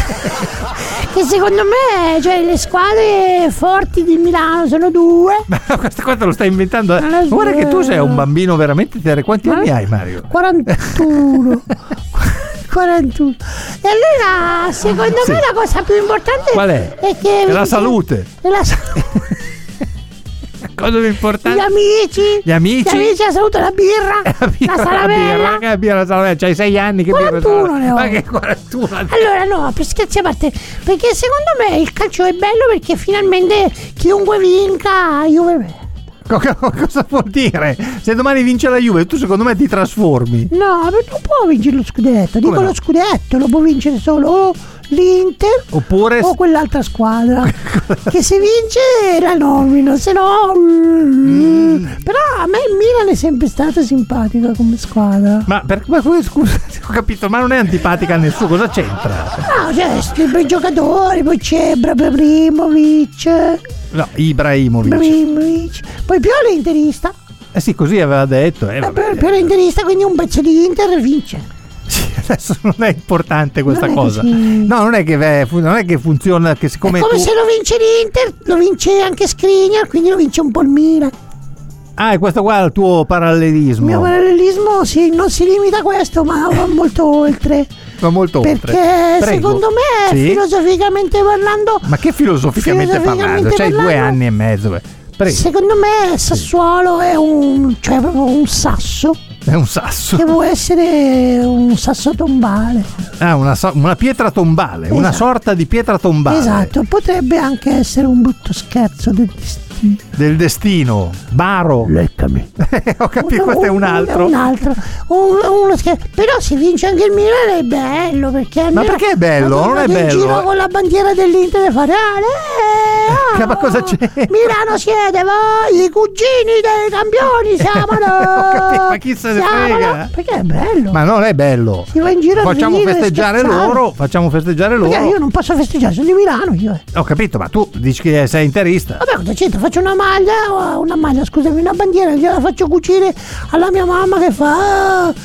che secondo me, cioè, le squadre forti di Milano sono due. Ma questa cosa lo stai inventando. Eh? Guarda che tu sei un bambino veramente terre. Quanti anni hai, Mario? quarantuno. quarantuno. E allora, secondo sì. me la cosa più importante qual è? È che è la salute. È la salute. Cosa più importante? Gli amici. Gli amici. Gli amici, la salute, la birra. La, birra, la salamella. La birra, che birra, la salamella. C'hai sei anni che quarantuno ne ho. Ma che quarantuno? Allora no, per scherzi a parte, perché secondo me il calcio è bello perché finalmente chiunque vinca, Juve. Cosa vuol dire? Se domani vince la Juve, tu secondo me ti trasformi. No, non può vincere lo scudetto. Dico no? Lo scudetto lo può vincere solo l'Inter oppure o quell'altra squadra che se vince la nomino, se no mm. però a me il Milan è sempre stata simpatica come squadra. Ma per ma, scusa, ho capito, ma non è antipatica a nessuno, cosa c'entra? No, cioè i giocatori, poi c'è Ibrahimovic. No, Ibrahimovic. Ibrahimovic. Poi Pioli è interista. Eh sì, così aveva detto. Eh, Pioli è interista, quindi un pezzo di Inter vince. Sì, adesso non è importante questa non cosa. Così. No, non è che non è che funziona che siccome è come tu... se lo vince l'Inter, lo vince anche Skriniar, quindi lo vince un po' il Milan. Ah, e questo qua è il tuo parallelismo. Il mio parallelismo sì, non si limita a questo, ma va molto oltre. Va molto perché oltre. Perché Prego. secondo me, sì? filosoficamente parlando. Ma che filosoficamente, filosoficamente parlando? C'hai parlando, due anni e mezzo. Prego. Secondo me Sassuolo è un. cioè proprio un sasso. È un sasso. Che può essere un sasso tombale. Ah, una, una pietra tombale, esatto. Una sorta di pietra tombale. Esatto, potrebbe anche essere un brutto scherzo del destino. Del destino, Baro. Leccami. Ho capito, questo è un altro. Un altro. Un, uno scherzo. Però se vince anche il Milan è bello. Perché ma perché è bello? Non è bello. In giro con la bandiera dell'Inter e fare. Ah, oh, ma cosa c'è? Milano siete voi, i cugini dei campioni siamo noi. Ma chi se ne frega? Perché è bello. Ma non è bello. Si va in giro facciamo a festeggiare loro. Facciamo festeggiare loro. Perché io non posso festeggiare, sono di Milano io. Ho capito, ma tu dici che sei interista. Vabbè, cosa c'entra? Faccio una maglia, una maglia, scusami, una bandiera, gliela faccio cucire alla mia mamma che fa.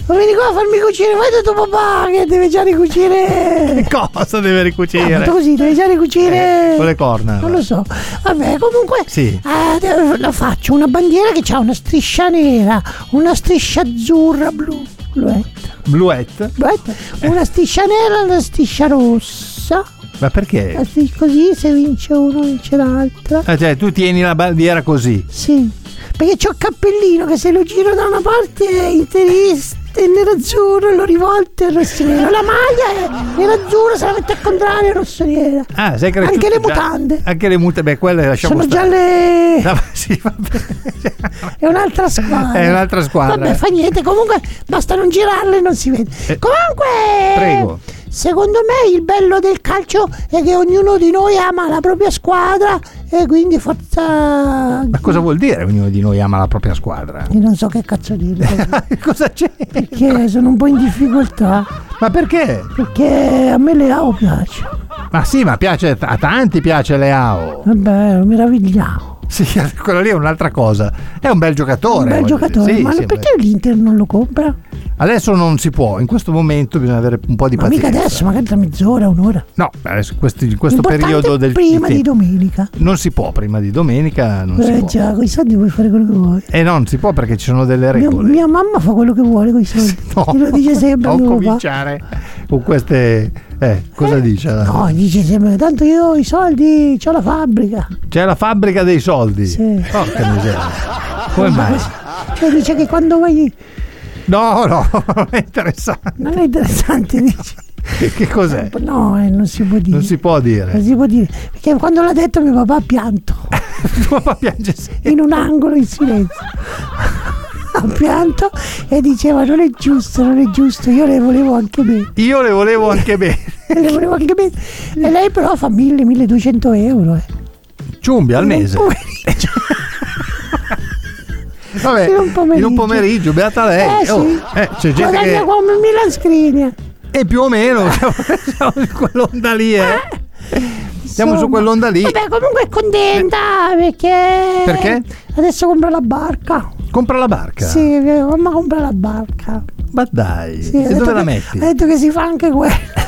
vieni qua a farmi cucire, vai da tuo papà che deve già ricucire. Cosa deve ricucire? Ah, così, deve già ricucire. Eh, con le corna. Non lo so. Vabbè, comunque sì. eh, lo faccio, una bandiera che ha una striscia nera, una striscia azzurra, blu, bluette. Bluette? Bluette. Una striscia nera e una striscia rossa. Ma perché? Così se vince uno vince l'altra. Ah, cioè tu tieni la bandiera così? Sì, perché c'ho il cappellino che se lo giro da una parte è interista e nero-azzurro, lo rivolto e rosso-nero. La maglia è nero-azzurro, se la mette al contrario è rosso-nera. Ah, sei cresciuto. Anche le già, mutande. Anche le mutande, beh, quelle lasciamo sono stare. già le... No, sì, vabbè. È un'altra squadra. È un'altra squadra. Vabbè, fa niente, comunque basta non girarle e non si vede. Eh, comunque... Prego. Secondo me il bello del calcio è che ognuno di noi ama la propria squadra e quindi forza... Ma cosa vuol dire ognuno di noi ama la propria squadra? Io non so che cazzo dire. Cosa c'è? Perché sono un po' in difficoltà. Ma perché? Perché a me Leao piace. Ma sì, ma piace a tanti, piace Leao. Vabbè, meravigliamo. Sì, quello lì è un'altra cosa. È un bel giocatore. Un bel giocatore, sì, ma sì, perché l'Inter non lo compra? Adesso non si può, in questo momento bisogna avere un po' di ma pazienza. Mica adesso, magari tra mezz'ora, un'ora. No, adesso questo, in questo L'importante periodo del prima di di domenica. Non si può prima di domenica, non eh si può. già, con i soldi puoi fare quello che vuoi. Eh no, non si può perché ci sono delle Mia, regole. mia mamma fa quello che vuole con i soldi. No, Te lo dice sempre. non mio cominciare con queste. Eh, cosa eh? dice? No, dice sempre, tanto io ho i soldi, c'ho la fabbrica. C'è la fabbrica dei soldi. Sì. Porca miseria. Come mai? Cioè dice che quando vai... No, no, non è interessante. Non è interessante, dice. Che, che cos'è? No, eh, non si può dire. Non si può dire. Non si può dire. Perché quando l'ha detto mio papà ha pianto. Tuo papà piange sempre. In un angolo in silenzio. Ha pianto e diceva non è giusto, non è giusto, io le volevo anche bene. Io le volevo anche bene. Le volevo anche bene. E lei però fa mille, milleduecento euro. Eh. Ciumbi al mese. Vabbè, in un pomeriggio, in un pomeriggio beata lei. Eh, oh, sì. eh, c'è gente guadagna che... come Milan Skriniar. E più o meno siamo su quell'onda lì, eh. Siamo Insomma, su quell'onda lì. Vabbè, comunque è contenta perché... Perché? Adesso compra la barca. Compra la barca? Sì, mamma compra la barca. Ma dai, sì, e dove la che, metti? Ha detto che si fa anche quello.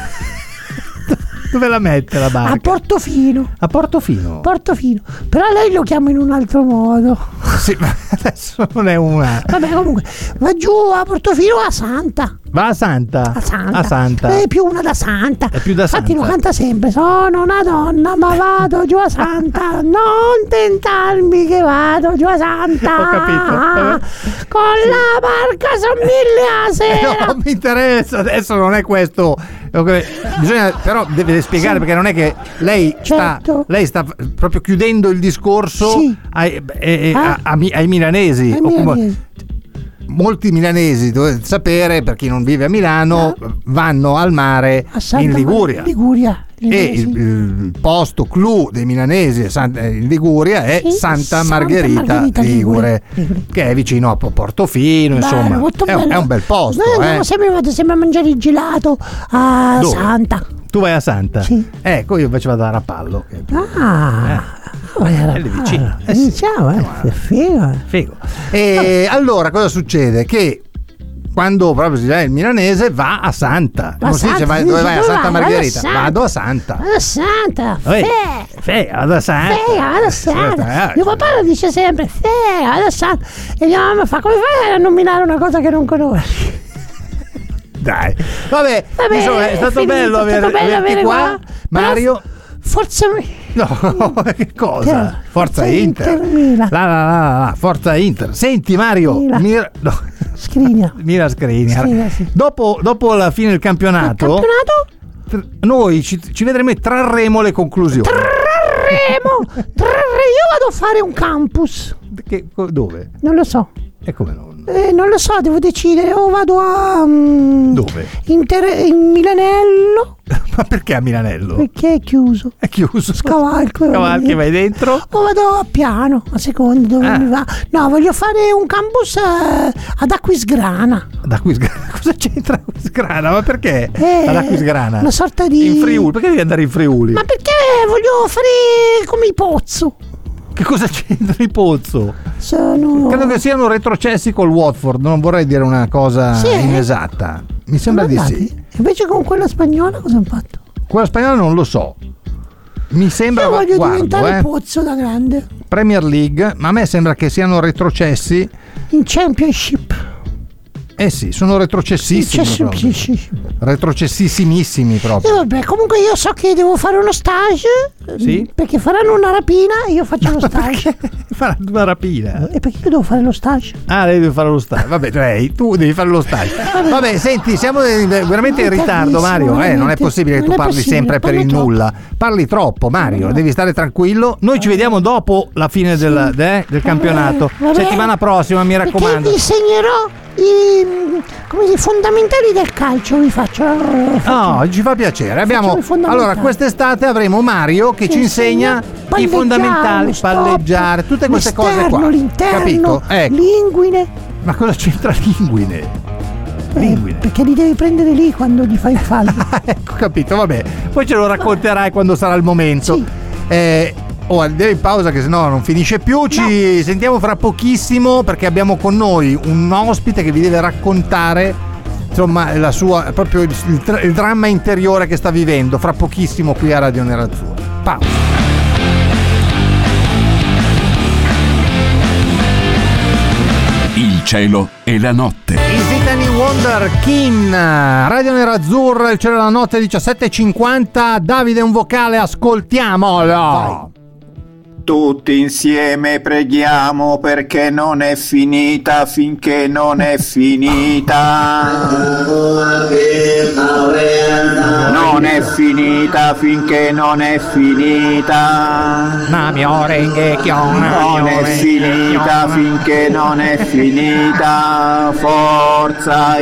Dove la mette la barca? A Portofino. A Portofino? Portofino. Però lei lo chiama in un altro modo. Sì, ma adesso non è una... Vabbè, comunque, va giù a Portofino a Santa. Va a Santa? A Santa. A Santa. È più una da Santa. È più da Infatti Santa. lo canta sempre. Sono una donna ma vado giù a Santa. Non tentarmi che vado giù a Santa. Ho capito. Con la barca sono mille a sera. Non mi interessa, adesso non è questo. Bisogna, però deve spiegare, sì, perché non è che lei, certo, sta lei sta proprio chiudendo il discorso, sì, ai, ai, ah. ai, ai milanesi. Ai o come, milanesi. Molti milanesi, dovete sapere, per chi non vive a Milano, ah. vanno al mare in Liguria. Liguria. E il, il posto clou dei milanesi in Liguria è sì, Santa, Santa Margherita, Margherita Ligure, Ligure, che è vicino a Portofino. Bello, insomma è un, è un bel posto. Noi andiamo eh. sempre, vado sempre a mangiare il gelato a Dove? Santa. Tu vai a Santa? Sì. Ecco, io invece vado a Rapallo. Che... Ah, eh. È lì vicino. Eh, sì. Diciamo, eh, è figo. Figo. E oh. allora cosa succede? Che quando proprio si dice il milanese va a Santa, Ma non si dice vai, dove vai a Santa Margherita, vado a Santa. Vado a Santa, fe, fe, vado a Santa. Fe, vado a Santa. Mio papà lo dice sempre, fe, vado a Santa. E mia mamma fa, come fai a nominare una cosa che non conosci? Dai, vabbè, vabbè insomma, è stato finito, bello è stato bello avere qua, qua. Mario. Forza No, che cosa? Che? Forza Inter. Inter la, la, la, la, Forza Inter. Senti Mario, Mir... no. Skriniar. Mira Skriniar. Sì. Dopo, dopo la fine del campionato, il campionato? noi ci, ci vedremo e trarremo le conclusioni. Trarremo, trarremo. Io vado a fare un campus. Che, dove? Non lo so. E come non? Eh, non lo so, devo decidere. O vado a um, dove? Inter- in Milanello. Ma perché a Milanello? Perché è chiuso. È chiuso. Scavalco. Scavalchi, vai dentro. O vado a Piano, a seconda dove ah. mi va. No, voglio fare un campus eh, ad Aquisgrana. Ad Aquisgrana? Cosa c'entra Aquisgrana? Ma perché eh, ad Aquisgrana? Una sorta di... In Friuli? Perché devi andare in Friuli? Ma perché voglio fare come i Pozzo. Che cosa c'entra il Pozzo? Sono... Credo che siano retrocessi col Watford, non vorrei dire una cosa sì, inesatta. Mi sembra di sì. Invece con quella spagnola cosa hanno fatto? Quella spagnola non lo so. Mi sembra. Io voglio guardo, diventare eh. Pozzo da grande. Premier League, ma a me sembra che siano retrocessi. In Championship. Eh sì, sono retrocessissimi. Sì, sì, sì. Retrocessissimissimi proprio. E vabbè, comunque io so che devo fare uno stage. Sì? Perché faranno una rapina, io faccio lo stage. Faranno una rapina? E perché io devo fare lo stage? Ah, lei deve fare lo stage. Vabbè, lei, tu devi fare lo stage. Vabbè, senti, siamo veramente in ritardo, Mario. Eh, non è possibile che tu parli sempre per il nulla. Parli troppo, Mario. Devi stare tranquillo. Noi ci vediamo dopo la fine del, de, del campionato. Settimana prossima, mi raccomando. Perché vi insegnerò i, come i fondamentali del calcio, vi faccio. No, ci fa piacere. Abbiamo allora quest'estate avremo Mario che ci, ci insegna i fondamentali, palleggiare, tutte queste cose qua. L'interno, capito? Ecco. Linguine. Ma cosa c'entra linguine? Linguine. Eh, perché li devi prendere lì quando gli fai il fallo. Ecco, capito, vabbè. Poi ce lo racconterai quando sarà il momento. Sì. Eh, Oh, andiamo in pausa che sennò non finisce più. Ci no. sentiamo fra pochissimo perché abbiamo con noi un ospite che vi deve raccontare insomma la sua proprio il, il, il dramma interiore che sta vivendo fra pochissimo qui a Radio Nerazzurra. Pausa. Il cielo e la notte. Isitani Wonder Kin, Radio Nerazzurra, il cielo e la notte, diciassette e cinquanta. Davide, un vocale, ascoltiamolo. Vai. Tutti insieme preghiamo perché non è finita finché non è finita. Non è finita finché non è finita. Non è finita finché non è finita. Forza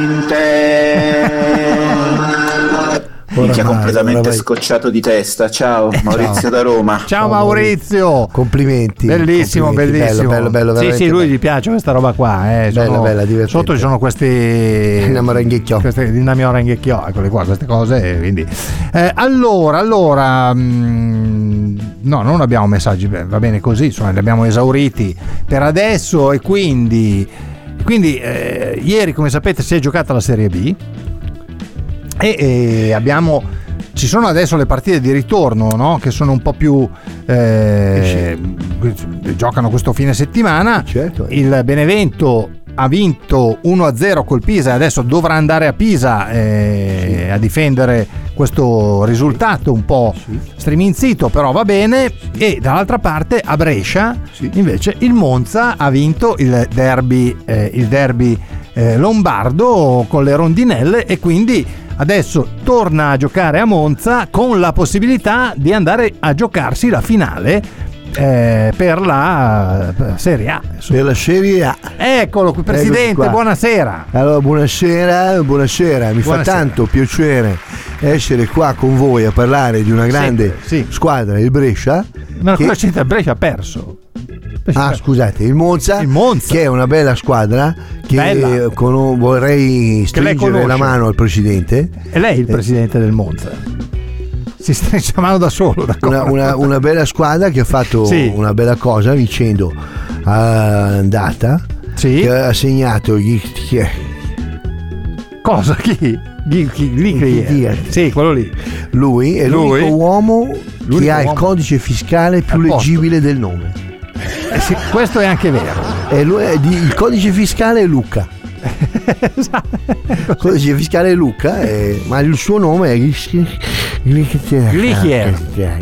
Inter. Minchia, completamente scocciato di testa. Ciao, Maurizio Ciao. da Roma. Ciao Maurizio. Complimenti. Bellissimo, complimenti. bellissimo. Bello, bello, bello. Sì, sì, lui gli piace questa roba qua. Eh. Bella, sono, bella, divertente. Sotto ci sono questi Dinamorenghiecchio. Queste dinamorenghiecchio, eccole qua, queste cose. Quindi. Eh, allora, allora. Mh, no, non abbiamo messaggi, va bene così, insomma, li abbiamo esauriti per adesso e quindi. Quindi eh, ieri, come sapete, si è giocata la Serie B. E, e abbiamo ci sono adesso le partite di ritorno, no? Che sono un po' più eh, giocano questo fine settimana. Certo. Il Benevento ha vinto uno a zero col Pisa e adesso dovrà andare a Pisa eh, sì. a difendere questo risultato un po' sì. striminzito, però va bene. E dall'altra parte a Brescia sì. invece il Monza ha vinto il derby eh, il derby eh, lombardo con le rondinelle e quindi adesso torna a giocare a Monza con la possibilità di andare a giocarsi la finale eh, per la Serie A. Per la Serie A. Eccolo qui, Presidente, buonasera. Allora, buonasera, buonasera. Mi buonasera. fa tanto piacere essere qua con voi a parlare di una grande sì, sì. squadra, il Brescia. Ma che... cosa c'entra? Il Brescia ha perso. Ah, scusate, il Monza, il Monza, che è una bella squadra che bella. Con, vorrei stringere la mano al presidente. E lei è il presidente eh. del Monza? Si stringe la mano da solo, una, una, una bella squadra che ha fatto sì. una bella cosa vincendo all'andata sì. che ha segnato gli... cosa? Chi? Chi, chi, chi, chi, chi è? Sì, quello lì. Lui è Lui? l'unico uomo l'unico che ha uomo. il codice fiscale più leggibile del nome. Eh sì, questo è anche vero. E lui è di, il codice fiscale è Luca. Il codice fiscale è Luca, eh, ma il suo nome è Glichier.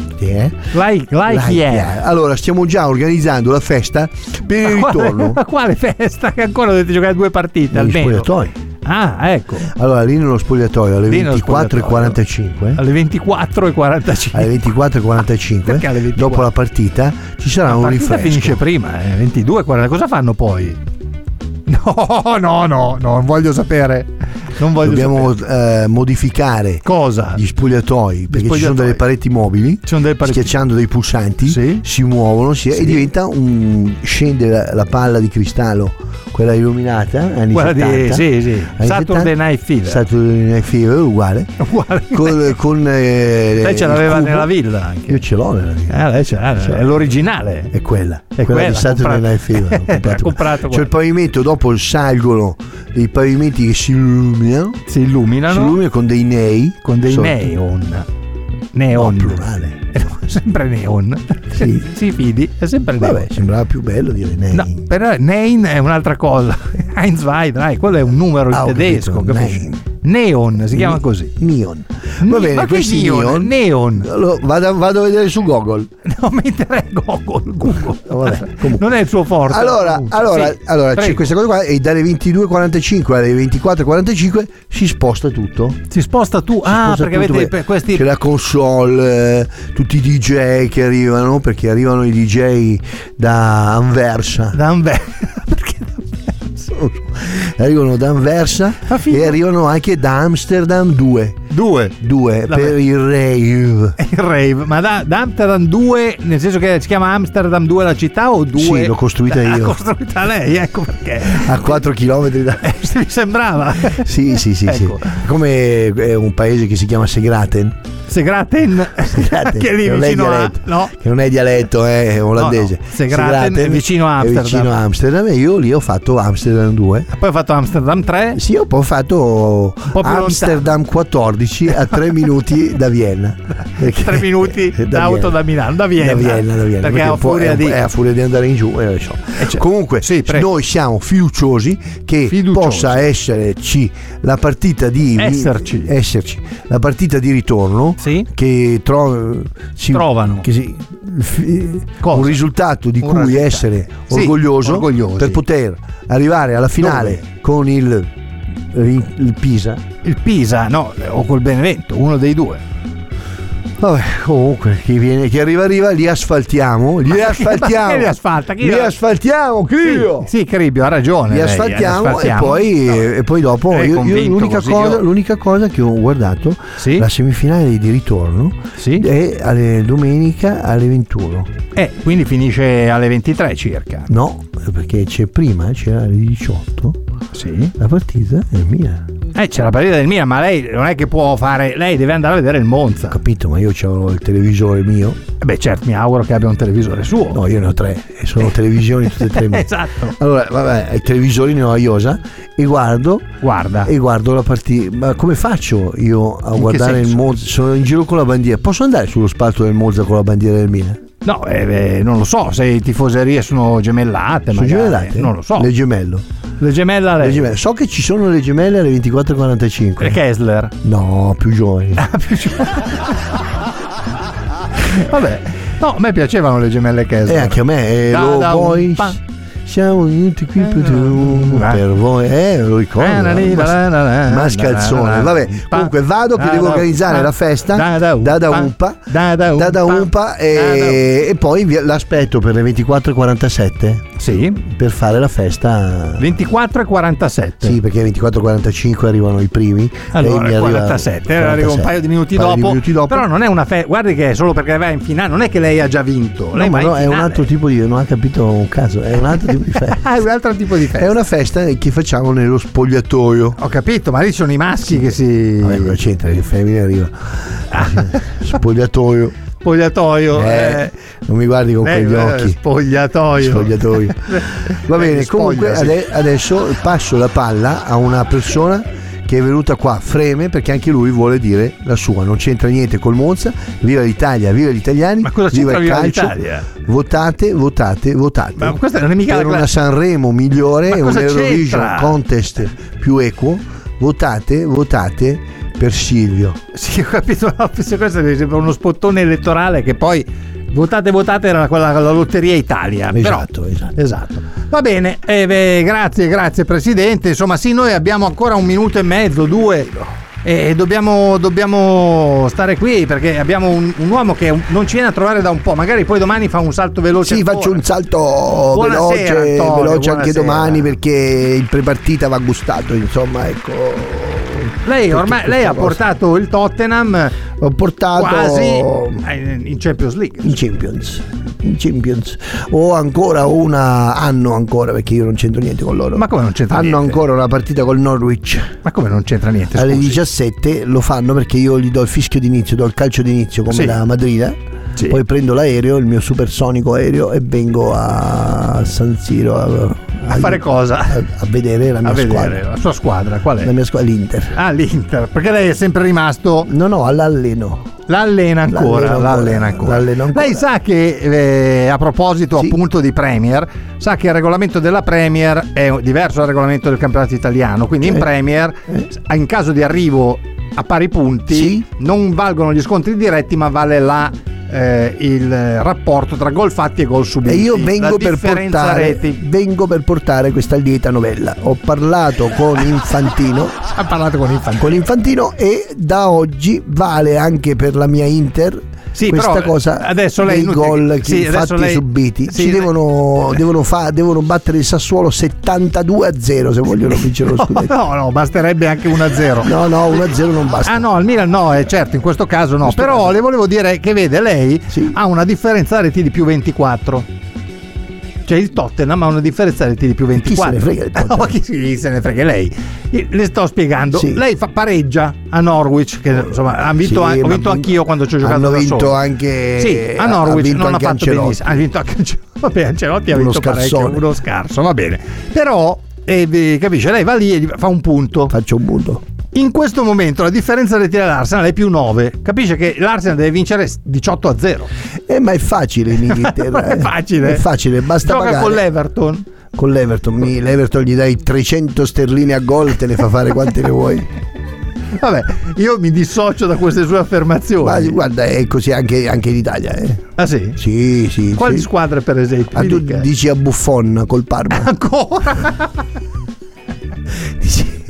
Allora stiamo già organizzando la festa per il ma quale, ritorno. Ma quale festa? Che ancora dovete giocare due partite Negli almeno. spogliatoi. Ah, ecco. Allora lì nello spogliatoio alle lì ventiquattro e quarantacinque. Alle ventiquattro e quarantacinque. Alle ventiquattro e quarantacinque. Perché alle ventiquattro? Dopo la partita ci sarà la un partita rinfresco. Finisce prima, eh, ventidue e quaranta. Cosa fanno poi? No, no, no, no, non voglio sapere. Non voglio Dobbiamo sapere. Eh, modificare cosa? Gli spogliatoi, perché spogliatoi. ci sono delle pareti mobili, ci sono delle pareti. Schiacciando dei pulsanti, sì. si muovono si, sì. e diventa un scende la, la palla di cristallo, quella illuminata, anni quella settanta. Di, sì, sì. Saturday Night Fever. Saturday Night Fever uguale. Uguale. Con, con eh, lei ce l'aveva nella villa anche. Io ce l'ho nella villa. Eh, lei ce l'ha, è l'originale. È quella. È quella, quella di Saturday Night Fever. Ho comprato. comprato C'è il pavimento, dopo salgono dei pavimenti che si illuminano. Si illuminano. Si illuminano con dei nei. Con dei sotto. neon. Neon. No, plurale. Sempre neon. Sì. Si fidi, è sempre neon. Vabbè, sembrava più bello dire nein. No, però nein è un'altra cosa. Heinz zwei, dai, quello è un numero in Ah, ho tedesco. capito, Capisci? Neon si chiama così. Neon. Va bene, ma che questi neon? neon. Neon. Allora, vado, vado a vedere su Google. No, mentre Google, Google. Vabbè, non è il suo forte. Allora, appunto. allora, Sì, allora c'è prego. questa cosa qua e dalle ventidue e quarantacinque alle ventiquattro e quarantacinque si sposta tutto. Si sposta tu. Si ah, sposta perché tutto, avete beh, per questi. c'è la console, eh, tutti i D J che arrivano, perché arrivano i D J da Anversa. Da Anversa. Arrivano da Anversa e arrivano anche da Amsterdam due. Due. Due Vabbè. per il rave. Il rave, ma da, da Amsterdam due, nel senso che si chiama Amsterdam due la città o due? Sì, l'ho costruita io. L'ha costruita lei, ecco perché. A quattro chilometri da. Mi sembrava. Sì, sì, sì, Ecco. sì. Come è un paese che si chiama Segraten. Segraten, Segraten, che è lì che non è vicino a dialetto, no. che non è dialetto, è olandese. No, no. Segraten è vicino a Amsterdam. È vicino a Amsterdam e io lì ho fatto Amsterdam due. Poi ho fatto Amsterdam tre. Sì, ho poi fatto po' più Amsterdam quattordici a tre minuti da Vienna. Perché- Tre minuti da d'auto Vienna. da Milano, da Vienna. Da Vienna, da Vienna. Perché a un po' furia è, di è a furia di andare in giù. Eh, so. cioè, Comunque, sì, prego. noi siamo fiduciosi che Fiduciosi. possa esserci la partita di Esserci. esserci la partita di ritorno Sì. che tro- si- Trovano. che si- fi- Cosa? un risultato di Un cui risultato. essere Sì, orgoglioso orgogliosi. per poter arrivare alla finale Dove? con il, il Pisa. Il Pisa, no, o col Benevento, uno dei due. Vabbè, comunque chi viene, chi arriva arriva, li asfaltiamo, li Ma asfaltiamo, che li asfalta? Chi li li- asfaltiamo, Cribio. Sì, sì, Cribio ha ragione. Li lei, asfaltiamo, li asfaltiamo. e poi No. e poi dopo È io, io convinto l'unica, così, cosa, io- l'unica cosa che ho guardato, Sì? la semifinale di ritorno Sì? è alle domenica alle ventuno. Eh, quindi finisce alle ventitré circa. No, perché c'è prima, c'era alle diciotto Sì. la partita del Milan. Eh, c'è la partita del Milan, ma lei non è che può fare. Lei deve andare a vedere il Monza. Capito, ma io c'ho il televisore mio. Eh beh, certo, mi auguro che abbia un televisore suo. No, io ne ho tre e sono televisioni tutte e tre mie. Esatto. Allora, vabbè, i televisori ne ho a Iosa e guardo Guarda. e guardo la partita. Ma come faccio io a In che guardare il senso? Monza? Sono in giro con la bandiera. Posso andare sullo spalto del Monza con la bandiera del Milan? No, eh, beh, non lo so se le tifoserie sono gemellate. Sono magari. gemellate? Non lo so. Le gemello. Le gemelle a lei. Le gemelle. So che ci sono le gemelle alle ventiquattro e quarantacinque. E Kessler. No, più giovani. Più giovani. Vabbè. No, a me piacevano le gemelle Kessler. E anche a me. E Da- lo da poi un pa- siamo venuti qui per, tu, per voi. Eh, lo ricordo. Mas- Mascalzone. Vabbè, comunque vado che devo organizzare la festa da da Umpa. Da da Da da Umpa e, e poi vi- l'aspetto per le ventiquattro e quarantasette. Sì. Per fare la festa. ventiquattro e quarantasette. Sì, perché ventiquattro e quarantacinque arrivano i primi. Allora, Lei mi arriva- quarantasette, arriva un paio di minuti, paio di dopo, minuti dopo. Però non è una festa. Guardi che è solo perché va in finale. Non è che lei ha già vinto. Lei No, ma va no, in è un finale. altro tipo di. Non ha capito un caso. È un altro tipo di festa. Ah, è un altro tipo di festa. È una festa che facciamo nello spogliatoio. Ho capito, ma lì sono i maschi che si. Vabbè, cosa c'entra? Le femmine arriva. Spogliatoio. Spogliatoio. Eh, eh. non mi guardi con Eh, quegli eh, occhi. Spogliatoio. Spogliatoio. Va bene, Eh, comunque spoglia, sì. ade- adesso passo la palla a una persona che è venuta qua, Freme, perché anche lui vuole dire la sua. Non c'entra niente col Monza. Viva l'Italia, viva gli italiani, Ma cosa viva c'entra il viva calcio. l'Italia? Votate, votate, votate. Ma questa non è mica per la una classe. Sanremo migliore Ma e un cosa Eurovision c'entra? contest più equo. Votate, votate per Silvio. Sì, ho capito. No, questo mi sembra uno spottone elettorale che poi votate, votate era quella la Lotteria Italia. Esatto, Però, esatto. esatto. Va bene, eh, beh, grazie, grazie Presidente. Insomma, sì, noi abbiamo ancora un minuto e mezzo, due. e dobbiamo, dobbiamo stare qui perché abbiamo un, un uomo che non ci viene a trovare da un po', magari poi domani fa un salto veloce. Sì, ancora. faccio un salto Buonasera, veloce, Antonio, veloce anche buonasera. domani perché il prepartita va gustato, insomma, ecco. Lei ormai lei ha cosa. portato il Tottenham Ho portato quasi in Champions League. in Champions. In Champions. O ancora una hanno ancora, perché io non c'entro niente con loro. Ma come non c'entra hanno niente? ancora una partita col Norwich. Ma come non c'entra niente? Alle scusi? diciassette lo fanno perché io gli do il fischio d'inizio, do il calcio d'inizio come Sì. la Madrid. Sì. Poi prendo l'aereo, il mio supersonico aereo, e vengo a San Siro a, A fare cosa? A, a vedere la mia A vedere squadra. la sua squadra, qual è? La mia squadra, l'Inter. Ah, l'Inter, perché lei è sempre rimasto. No, no, all'alleno. L'allena ancora, L'alleno l'allena ancora. L'alleno ancora. Lei sa che eh, a proposito Sì. appunto di Premier, sa che il regolamento della Premier è diverso dal regolamento del campionato italiano, quindi in Eh. Premier Eh. in caso di arrivo a pari punti Sì. non valgono gli scontri diretti, ma vale la, eh, il rapporto tra gol fatti e gol subiti. E io vengo La per, differenza portare, reti. vengo per portare questa lieta novella. Ho parlato con Infantino. Ha parlato con Infantino. Con Infantino, e da oggi vale anche per la mia Inter. Sì, questa però cosa adesso lei dei inutile- gol che sì, adesso fatti lei- subiti sì, ci lei- devono, devono, fa, devono battere il Sassuolo settantadue a zero se vogliono vincere lo No, scudetto. no, no, basterebbe anche uno a zero. No, no, uno a zero non basta. Ah no, al Milan no, eh, certo, in questo caso no. questo Però caso. le volevo dire che vede, lei Sì. ha una differenza reti di più ventiquattro. Cioè il Tottenham ha una differenza reti di più ventiquattro. Chi se ne frega del Tottenham? No, chi, chi se ne frega lei? Io le sto spiegando. Sì. Lei fa pareggia a Norwich, che insomma ha vinto, Sì, ho ma vinto anch'io quando ci ho giocato hanno da vinto solo. anche Sì, a ha Norwich vinto non ha anche fatto Ancelotti. benissimo. Ha vinto anche Ancelotti. Vabbè, Ancelotti ha Uno vinto parecchio, scarsone. uno scarso, va bene. Però eh, beh, capisce, lei va lì e fa un punto. Faccio un punto. In questo momento la differenza reti dell'Arsenal è più nove. Capisce che l'Arsenal deve vincere diciotto a zero. Eh, ma è facile in Inghilterra. È eh. facile. È facile, basta Gioca pagare. con l'Everton. Con l'Everton, mi- l'Everton gli dai trecento sterline a gol, te ne fa fare quante ne vuoi. Vabbè, io mi dissocio da queste sue affermazioni. Ma guarda, è così anche, anche in Italia. Eh. Ah sì? Sì, sì. Quali sì. squadre per esempio? Ah, Mi tu dica. dici a Buffon col Parma. Ancora? Dici-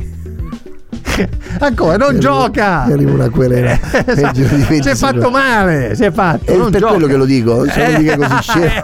Ancora, non gioca! Mi arriva una querela. Esatto. Peggio di peggio Si è se fatto no. male, si è fatto. È non per gioca. quello che lo dico, se Eh. lo dica così scemo.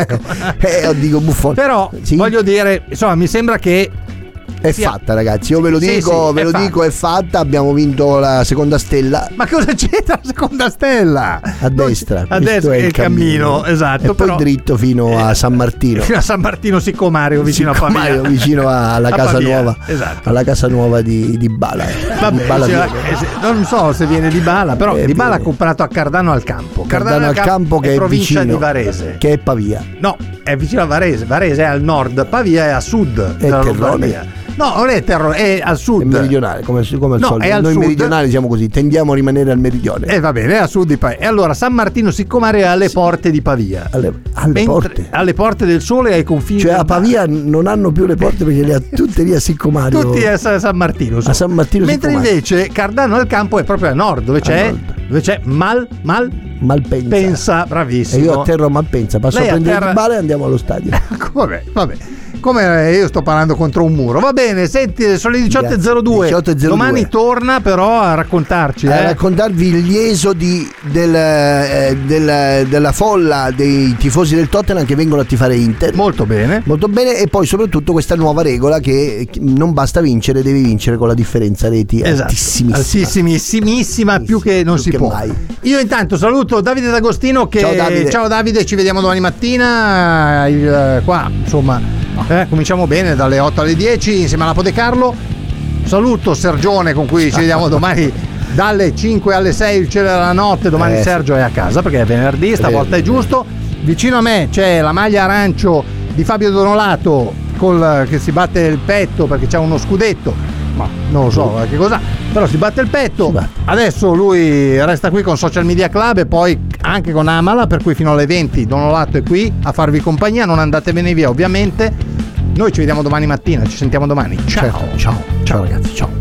Eh, dico Buffon. Però Sì? voglio dire, insomma, mi sembra che È sia- fatta, ragazzi. Io ve lo Sì, dico, sì, ve è lo fatta. dico, è fatta. Abbiamo vinto la seconda stella. Ma cosa c'entra la seconda stella? A Non- destra. A questo destra è è il cammino, esatto. E poi però- dritto fino a San Martino. Fino a San Martino Siccomario, vicino a Siccomario, Pavia. vicino a- alla A casa Pavia, nuova. esatto. Alla casa nuova di, di Bala. Vabbè, Di Bala cioè, viene. eh, se- non so se viene di Bala, però Eh, di Bala ha viene. comprato a Cardano al Campo. Cardano al Campo, che è è provincia vicino, di Varese. che è Pavia. No, è vicino a Varese. Varese è al nord, Pavia è a sud della Terrone. Lombardia. No, non è Terrone, è al È sud. meridionale, come, come al No, solito. è al Noi sud. meridionali siamo così, tendiamo a rimanere al meridione. E va bene, è a sud di Pavia. E allora San Martino Siccomario è alle porte di Pavia. Alle, alle Mentre- porte. alle porte del sole e ai confini. Cioè del a mare. Pavia non hanno più le porte perché le ha tutte lì a Siccomario. Tutti a Sa- San Martino. sono. A San Martino Mentre Siccomario. invece Cardano al Campo è proprio a nord, dove c'è, nord. dove c'è Mal, Mal Malpensa. Pensa, E bravissimo. io atterro a Malpensa, passo Lei a prendere atterra- il bale e andiamo allo stadio. Vabbè, vabbè. Come io sto parlando contro un muro. Va bene, senti, sono le diciotto e zero due. diciotto e zero due. Domani torna però a raccontarci. A Eh. raccontarvi gli esodi del, eh, del- della folla dei tifosi del Tottenham che vengono a tifare Inter. Molto bene. Molto bene, e poi soprattutto questa nuova regola che non basta vincere, devi vincere con la differenza reti Esatto. altissimissima. Altissimissima, più che non Più si che può. mai. Io intanto saluto Davide D'Agostino che Ciao, Davide. ciao Davide, ci vediamo domani mattina il- qua, insomma, eh, cominciamo bene dalle otto alle dieci insieme alla Pode Carlo. Saluto Sergione con cui ci vediamo domani dalle cinque alle sei il cielo della notte. Domani Eh, Sergio è a casa perché è venerdì, stavolta è giusto. Vicino a me c'è la maglia arancio di Fabio Donolato col, che si batte il petto perché c'ha uno scudetto, ma non lo so che cos'ha, però si batte il petto. Si batte. Adesso lui resta qui con Social Media Club e poi anche con Amala, per cui fino alle venti Donolato è qui a farvi compagnia. Non andatevene via ovviamente. Noi ci vediamo domani mattina, ci sentiamo domani. Ciao. Certo, ciao, ciao ragazzi, ciao.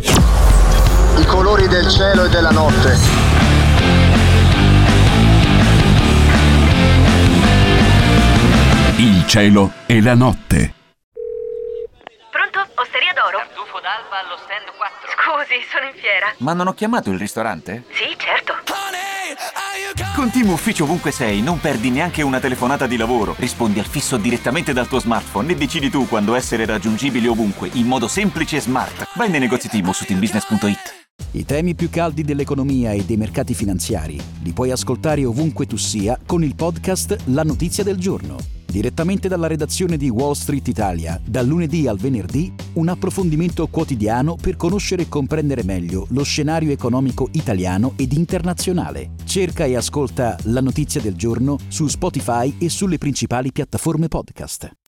I colori del cielo e della notte. Il cielo e la notte. Pronto? Osteria d'oro? Tartufo Alba allo stand quattro. Scusi, sono in fiera. Ma non ho chiamato il ristorante? Sì, certo. Con Team Ufficio ovunque sei non perdi neanche una telefonata di lavoro. Rispondi al fisso direttamente dal tuo smartphone e decidi tu quando essere raggiungibile ovunque, in modo semplice e smart. Vai nei negozi Team o su team business punto it. I temi più caldi dell'economia e dei mercati finanziari li puoi ascoltare ovunque tu sia con il podcast La Notizia del Giorno. Direttamente dalla redazione di Wall Street Italia, dal lunedì al venerdì, un approfondimento quotidiano per conoscere e comprendere meglio lo scenario economico italiano ed internazionale. Cerca e ascolta La Notizia del Giorno su Spotify e sulle principali piattaforme podcast.